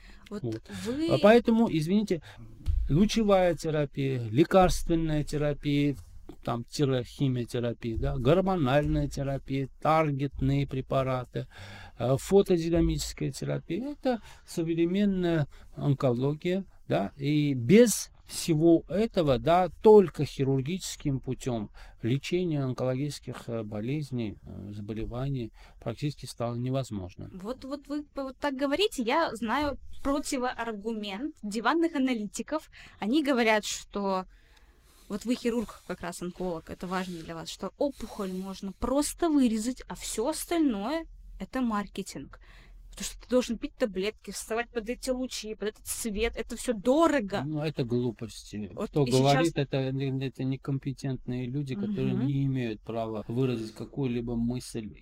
Поэтому, извините, лучевая терапия, лекарственная терапия, там химиотерапия, да, гормональная терапия, таргетные препараты, фотодинамическая терапия — это современная онкология, да, и без всего этого, да, только хирургическим путем лечение онкологических болезней, заболеваний практически стало невозможно. Вот вы так говорите, я знаю противоаргумент диванных аналитиков. Они говорят, что вот вы хирург, как раз онколог, это важно для вас, что опухоль можно просто вырезать, а все остальное это маркетинг. Потому что ты должен пить таблетки, вставать под эти лучи, под этот свет. Это все дорого. Это глупости. Кто говорит, сейчас... это некомпетентные люди, которые не имеют права выразить какую-либо мысль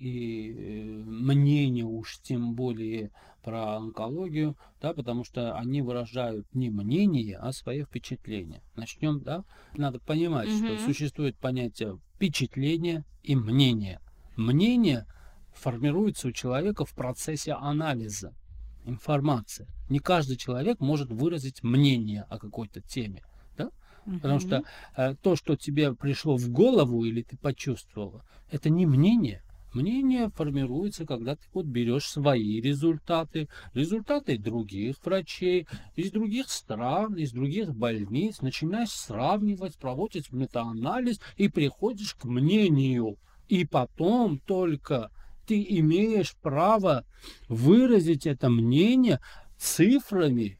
и мнение, уж тем более про онкологию, да, потому что они выражают не мнение, а свои впечатления. Начнем, да? Надо понимать, что существует понятие впечатления и мнения. Мнение формируется у человека в процессе анализа информации. Не каждый человек может выразить мнение о какой-то теме. Да? Потому что то, что тебе пришло в голову или ты почувствовала, это не мнение. Мнение формируется, когда ты берешь свои результаты, результаты других врачей, из других стран, из других больниц, начинаешь сравнивать, проводишь метаанализ и приходишь к мнению. И потом только ты имеешь право выразить это мнение цифрами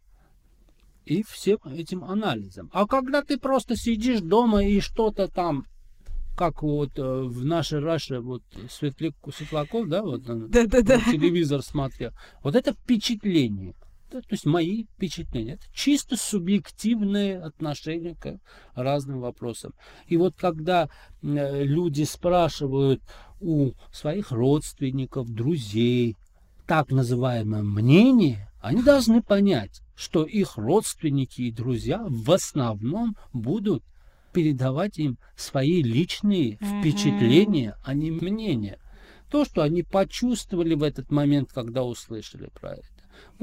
и всем этим анализом. А когда ты просто сидишь дома и что-то там, как в нашей Раше, Светлаков, да, телевизор смотрел, вот это впечатление. То есть мои впечатления. Это чисто субъективное отношение к разным вопросам. И вот когда люди спрашивают у своих родственников, друзей так называемое мнение, они должны понять, что их родственники и друзья в основном будут передавать им свои личные впечатления, а не мнения. То, что они почувствовали в этот момент, когда услышали про это.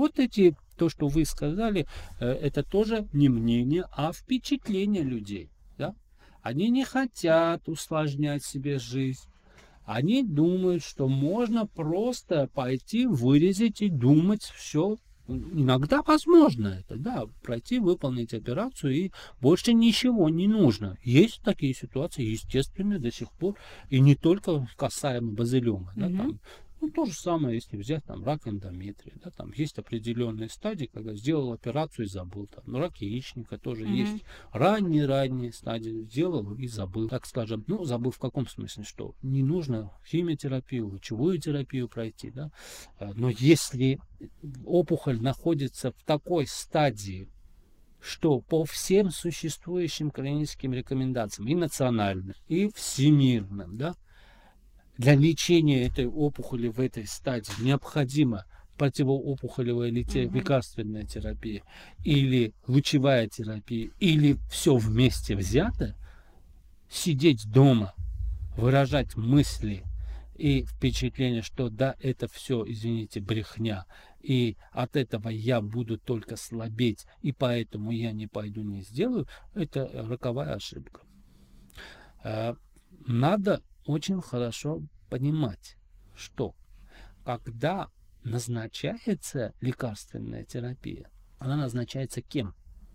То, что вы сказали, это тоже не мнение, а впечатление людей. Да? Они не хотят усложнять себе жизнь. Они думают, что можно просто пойти, вырезать и думать все. Иногда возможно это, да, пройти, выполнить операцию, и больше ничего не нужно. Есть такие ситуации, естественно, до сих пор, и не только касаемо базилиома. Да, там, то же самое, если взять там рак эндометрия, да, там есть определенные стадии, когда сделал операцию и забыл. Там, рак яичника тоже есть ранние стадии, сделал и забыл, так скажем. Забыл в каком смысле, что не нужно химиотерапию, лучевую терапию пройти, да. Но если опухоль находится в такой стадии, что по всем существующим клиническим рекомендациям, и национальным, и всемирным, да, для лечения этой опухоли в этой стадии необходима противоопухолевая лекарственная терапия или лучевая терапия, или все вместе взято, сидеть дома, выражать мысли и впечатление, что да, это все, извините, брехня, и от этого я буду только слабеть, и поэтому я не пойду, не сделаю, это роковая ошибка. Надо очень хорошо понимать, что когда назначается лекарственная терапия, она назначается кем?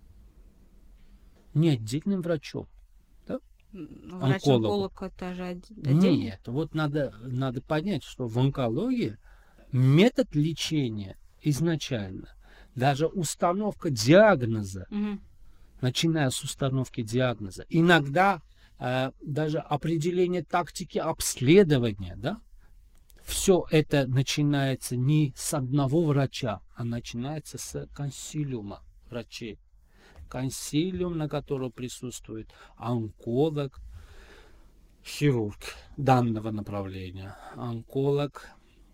Не отдельным врачом. Да? Врач-онколог это же отдельно? Нет, вот надо понять, что в онкологии метод лечения изначально, даже установка диагноза, начиная с установки диагноза, иногда даже определение тактики обследования, да, все это начинается не с одного врача, а начинается с консилиума врачей. Консилиум, на котором присутствует онколог, хирург данного направления, онколог,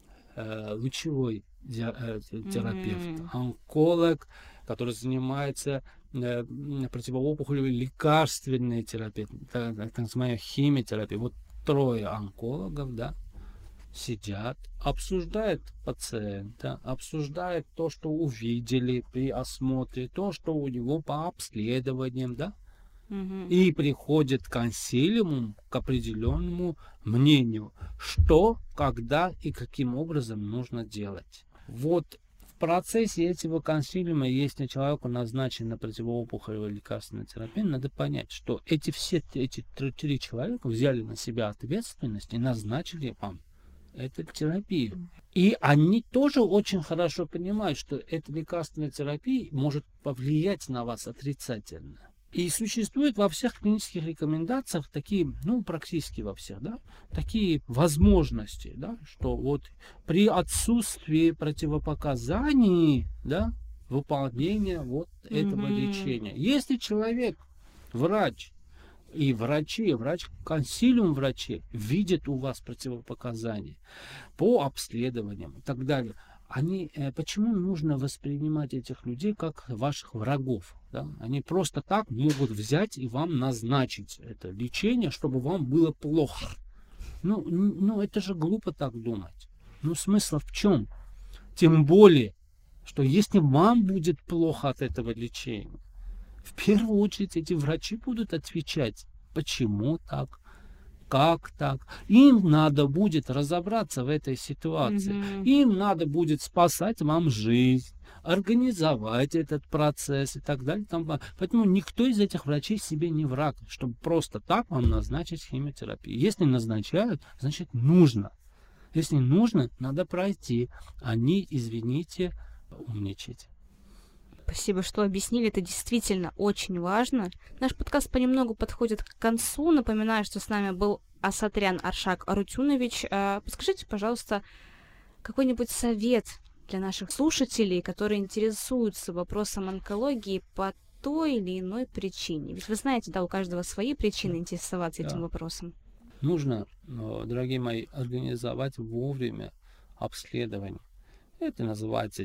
лучевой терапевт, онколог, который занимается противоопухолевой лекарственной терапией, так называемая химиотерапия. Вот 3 онкологов, да, сидят, обсуждают пациента, обсуждают то, что увидели при осмотре, то, что у него по обследованиям, да, и приходит к консилиуму, к определенному мнению, что, когда и каким образом нужно делать. Вот в процессе этого консилиума, если человеку назначена противоопухолевая лекарственная терапия, надо понять, что эти 3 человека взяли на себя ответственность и назначили вам эту терапию. И они тоже очень хорошо понимают, что эта лекарственная терапия может повлиять на вас отрицательно. И существуют во всех клинических рекомендациях такие, практически во всех, да, такие возможности, да, что вот при отсутствии противопоказаний, да, выполнения вот этого лечения. Если человек, врач, и консилиум врачей видит у вас противопоказания по обследованиям и так далее, почему нужно воспринимать этих людей как ваших врагов? Да? Они просто так могут взять и вам назначить это лечение, чтобы вам было плохо. Это же глупо так думать. Смысл в чем? Тем более, что если вам будет плохо от этого лечения, в первую очередь эти врачи будут отвечать, почему так, как так. Им надо будет разобраться в этой ситуации. Им надо будет спасать вам жизнь, организовать этот процесс и так далее. Поэтому никто из этих врачей себе не враг, чтобы просто так вам назначить химиотерапию. Если назначают, значит нужно. Если нужно, надо пройти. Они, извините, умничать. Спасибо, что объяснили. Это действительно очень важно. Наш подкаст понемногу подходит к концу. Напоминаю, что с нами был Асатрян Аршак Арутюнович. Подскажите, пожалуйста, какой-нибудь совет для наших слушателей, которые интересуются вопросом онкологии по той или иной причине. Ведь вы знаете, да, у каждого свои причины интересоваться этим вопросом. Нужно, дорогие мои, организовать вовремя обследование. Это называется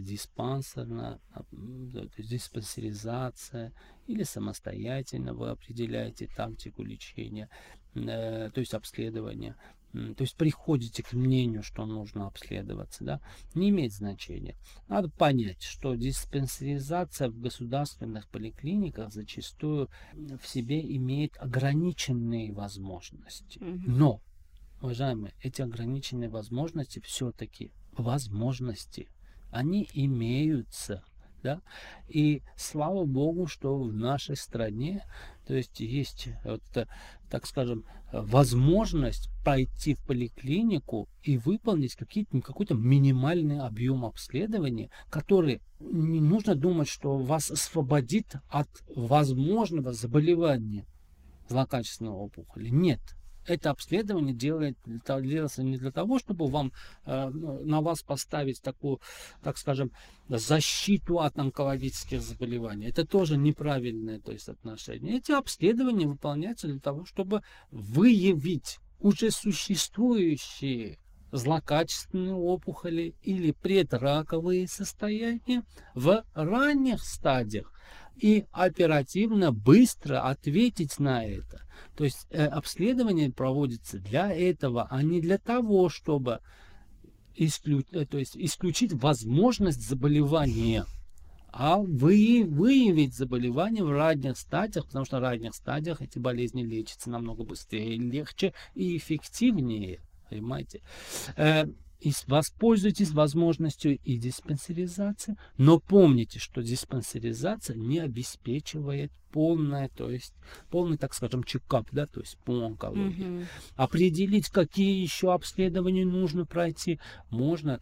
диспансеризация, или самостоятельно вы определяете тактику лечения, то есть обследование. То есть приходите к мнению, что нужно обследоваться, да, не имеет значения. Надо понять, что диспансеризация в государственных поликлиниках зачастую в себе имеет ограниченные возможности. Но, уважаемые, эти ограниченные возможности все-таки возможности, они имеются, да, и слава Богу, что в нашей стране, то есть так скажем, возможность пойти в поликлинику и выполнить какой-то минимальный объем обследования, который не нужно думать, что вас освободит от возможного заболевания злокачественной опухоли. Нет. Это обследование делается не для того, чтобы на вас поставить такую, так скажем, защиту от онкологических заболеваний. Это тоже неправильное, то есть, отношение. Эти обследования выполняются для того, чтобы выявить уже существующие злокачественные опухоли или предраковые состояния в ранних стадиях и оперативно, быстро ответить на это. То есть обследование проводится для этого, а не для того, чтобы исключить возможность заболевания, а выявить заболевание в ранних стадиях, потому что в ранних стадиях эти болезни лечатся намного быстрее, легче и эффективнее. Понимаете? и воспользуйтесь возможностью и диспансеризации, но помните, что диспансеризация не обеспечивает полное, то есть полный, так скажем, чекап, да, то есть по онкологии. Определить, какие еще обследования нужно пройти, можно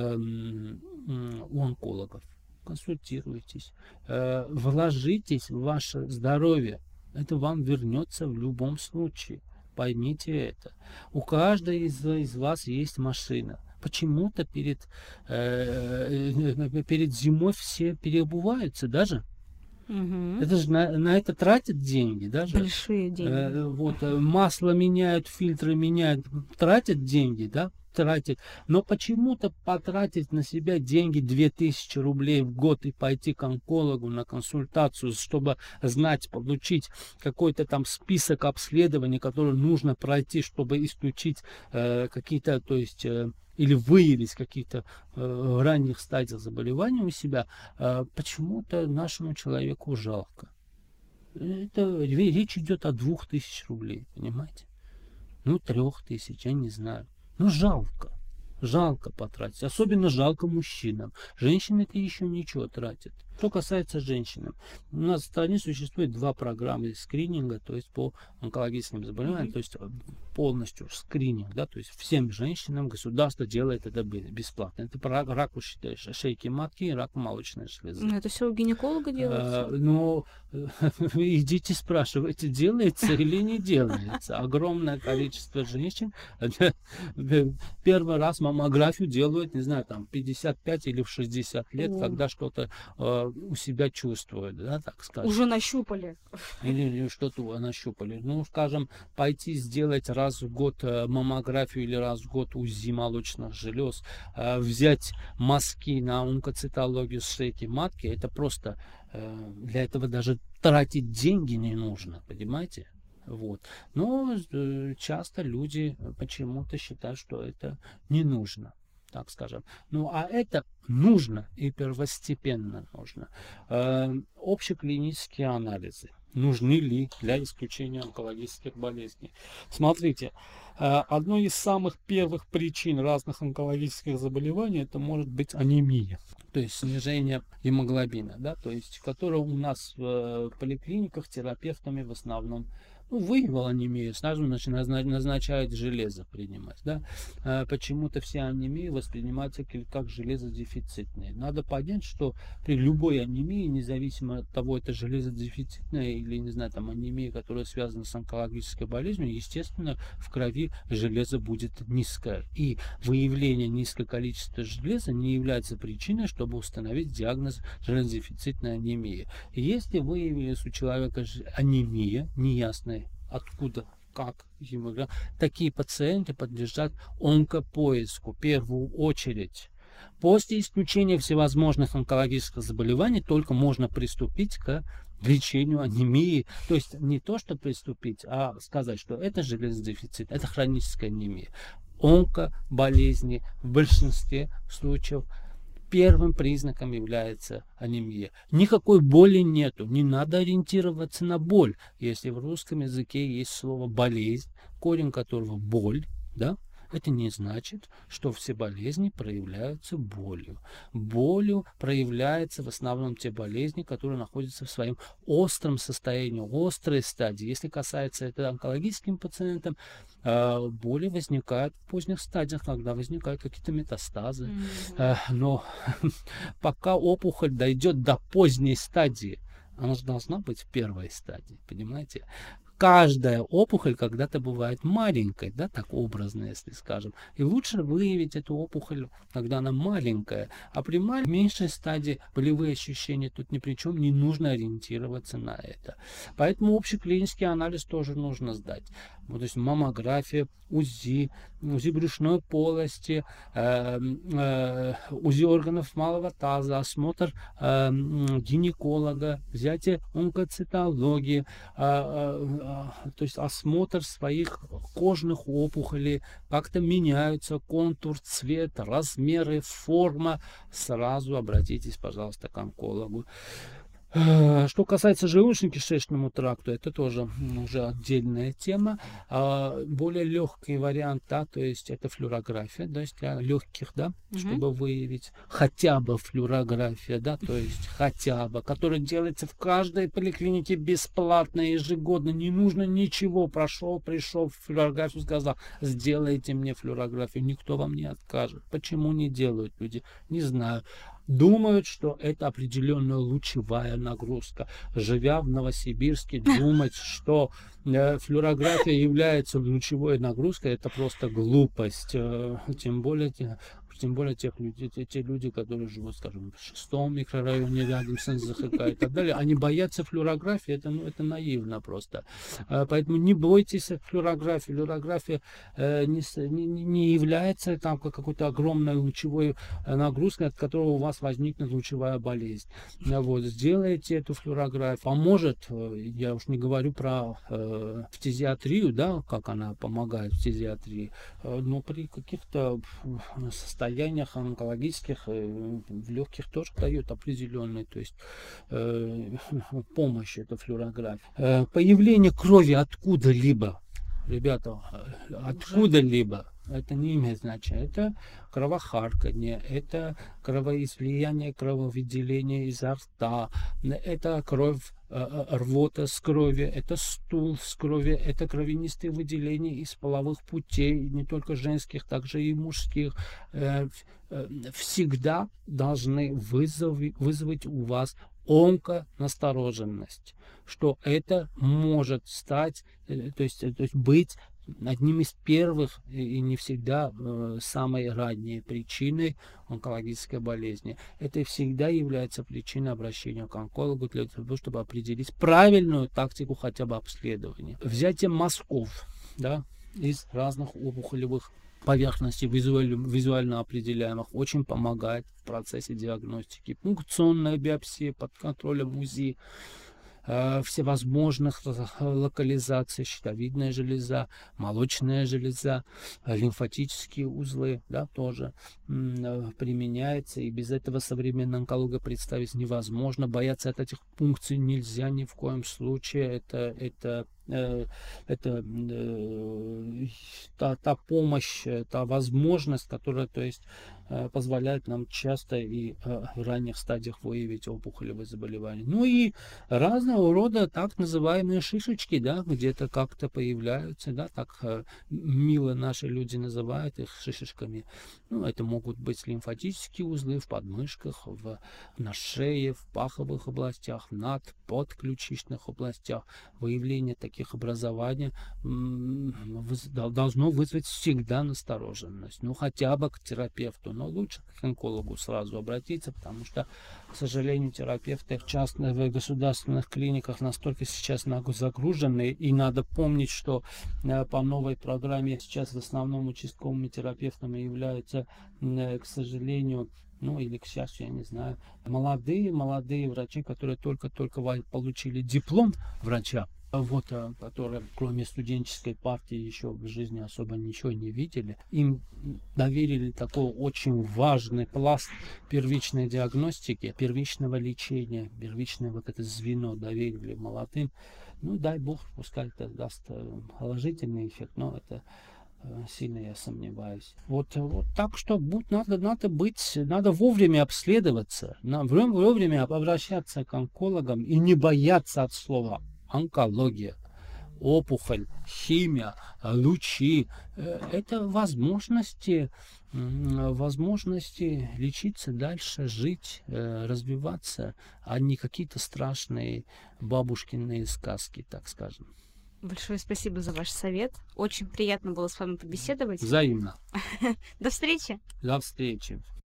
у онкологов. Консультируйтесь, вложитесь в ваше здоровье, это вам вернется в любом случае. Поймите это. У каждой из вас есть машина. Почему-то перед зимой все переобуваются даже. Это же на это тратят деньги даже. Большие деньги. Масло меняют, фильтры меняют, тратят деньги, да? Тратить, но почему-то потратить на себя деньги 2000 рублей в год и пойти к онкологу на консультацию, чтобы знать, получить какой-то там список обследований, которые нужно пройти, чтобы исключить какие-то, то есть или выявить какие-то ранних стадий заболевания у себя, почему-то нашему человеку жалко. Речь идет о 2000 рублей, понимаете? 3000, я не знаю. Жалко. Жалко потратить. Особенно жалко мужчинам. Женщины-то еще ничего тратят. Что касается женщин, у нас в стране существует 2 программы скрининга, то есть по онкологическим заболеваниям, то есть полностью скрининг, да, то есть всем женщинам государство делает это бесплатно. Это про рак шейки матки и рак молочной железы. Это все у гинеколога делается? Идите спрашивайте, делается или не делается. Огромное количество женщин первый раз маммографию делают, не знаю, там 55 или в 60 лет, когда что-то у себя чувствуют, да, так скажем. Уже нащупали. Или что-то нащупали. Скажем, пойти сделать раз в год маммографию или раз в год УЗИ молочных желез, взять мазки на онкоцитологию с шейки матки, это просто для этого даже тратить деньги не нужно, понимаете? Но часто люди почему-то считают, что это не нужно, так скажем. А это нужно и первостепенно нужно. Общеклинические анализы нужны ли для исключения онкологических болезней? Смотрите, одной из самых первых причин разных онкологических заболеваний это может быть анемия, то есть снижение гемоглобина, да, то есть которое у нас в поликлиниках терапевтами в основном выявил анемию, сразу назначают железо принимать. Да? Почему-то все анемии воспринимаются как железодефицитные. Надо понять, что при любой анемии, независимо от того, это железодефицитная или, не знаю, там анемия, которая связана с онкологической болезнью, естественно, в крови железо будет низкое. И выявление низкого количества железа не является причиной, чтобы установить диагноз железодефицитной анемии. И если выявилась у человека анемия, неясная, откуда, как, такие пациенты подлежат онкопоиску в первую очередь. После исключения всевозможных онкологических заболеваний только можно приступить к лечению анемии. То есть не то, что приступить, а сказать, что это железодефицит, это хроническая анемия. Онкоболезни в большинстве случаев первым признаком является анемия. Никакой боли нету, не надо ориентироваться на боль. Если в русском языке есть слово болезнь, корень которого боль, да, это не значит, что все болезни проявляются болью. Болью проявляются в основном те болезни, которые находятся в своем остром состоянии, острой стадии. Если касается это онкологическим пациентам, боли возникают в поздних стадиях, когда возникают какие-то метастазы. Но пока опухоль дойдет до поздней стадии, она же должна быть в первой стадии, понимаете? Каждая опухоль когда-то бывает маленькой, да, так образно, если скажем. И лучше выявить эту опухоль, когда она маленькая. А при меньшей стадии болевые ощущения тут ни при чем, не нужно ориентироваться на это. Поэтому общий клинический анализ тоже нужно сдать. То есть маммография, УЗИ брюшной полости, УЗИ органов малого таза, осмотр гинеколога, взятие онкоцитологии, то есть осмотр своих кожных опухолей, как-то меняются контур, цвет, размеры, форма. Сразу обратитесь, пожалуйста, к онкологу. Что касается желудочно-кишечному тракту, это тоже уже отдельная тема. Более легкий вариант, да, то есть это флюорография, то есть для легких, да, чтобы выявить хотя бы флюорография, да, то есть хотя бы, которая делается в каждой поликлинике бесплатно, ежегодно, не нужно ничего, пришел, флюорографию сказал, сделайте мне флюорографию, никто вам не откажет. Почему не делают люди? Не знаю. Думают, что это определенная лучевая нагрузка. Живя в Новосибирске, думать, что флюорография является лучевой нагрузкой, это просто глупость. Тем более те люди, которые живут, скажем, в 6-м микрорайоне рядом с НЗХК и так далее, они боятся флюорографии, это наивно просто. Поэтому не бойтесь флюорографии. Флюорография не является там какой-то огромной лучевой нагрузкой, от которой у вас возникнет лучевая болезнь. Вот, сделайте эту флюорографию. Поможет, я уж не говорю про фтизиатрию, да, как она помогает в фтизиатрии, но при каких-то состояниях онкологических в легких тоже дает определенный, то есть помощь, эта флюорография. Появление крови откуда-либо, ребята, откуда-либо, это не имеет значения. Это кровохарканье, это кровоизлияние, крововыделение изо рта, это кровь, рвота с крови, это стул с крови, это кровянистые выделения из половых путей, не только женских, также и мужских. Всегда должны вызвать у вас онконастороженность, что это может стать, то есть быть одним из первых и не всегда самой ранней причиной онкологической болезни. Это всегда является причиной обращения к онкологу для того, чтобы определить правильную тактику хотя бы обследования. Взятие мазков, да, из разных опухолевых поверхностей визуально определяемых очень помогает в процессе диагностики. Пункционная биопсия под контролем УЗИ всевозможных локализаций, щитовидная железа, молочная железа, лимфатические узлы, да, тоже применяется, и без этого современная онкология представить невозможно. Бояться от этих пункций нельзя ни в коем случае. Это та помощь, та возможность, которая, то есть, позволяет нам часто и в ранних стадиях выявить опухолевые заболевания. Ну и разного рода так называемые шишечки, да, где-то как-то появляются, да, так мило наши люди называют их шишечками. Ну, это могут быть лимфатические узлы в подмышках, на шее, в паховых областях, подключичных областях. Выявление таких образований должно вызвать всегда настороженность. Ну, хотя бы к терапевту, но лучше к онкологу сразу обратиться, потому что, к сожалению, терапевты в частных, в государственных клиниках настолько сейчас загружены, и надо помнить, что по новой программе сейчас в основном участковыми терапевтами являются, к сожалению, ну или к счастью, я не знаю, молодые врачи, которые только-только получили диплом врача, вот, которые кроме студенческой партии еще в жизни особо ничего не видели. Им доверили такой очень важный пласт первичной диагностики, первичного лечения, первичное вот это звено доверили молодым. Ну, дай бог, пускай это даст положительный эффект, но это сильно я сомневаюсь. Вот так что надо вовремя обследоваться, вовремя обращаться к онкологам и не бояться от слова онкология, опухоль, химия, лучи. Это возможности лечиться дальше, жить, развиваться, а не какие-то страшные бабушкины сказки, так скажем. Большое спасибо за ваш совет. Очень приятно было с вами побеседовать. Взаимно. До встречи. До встречи.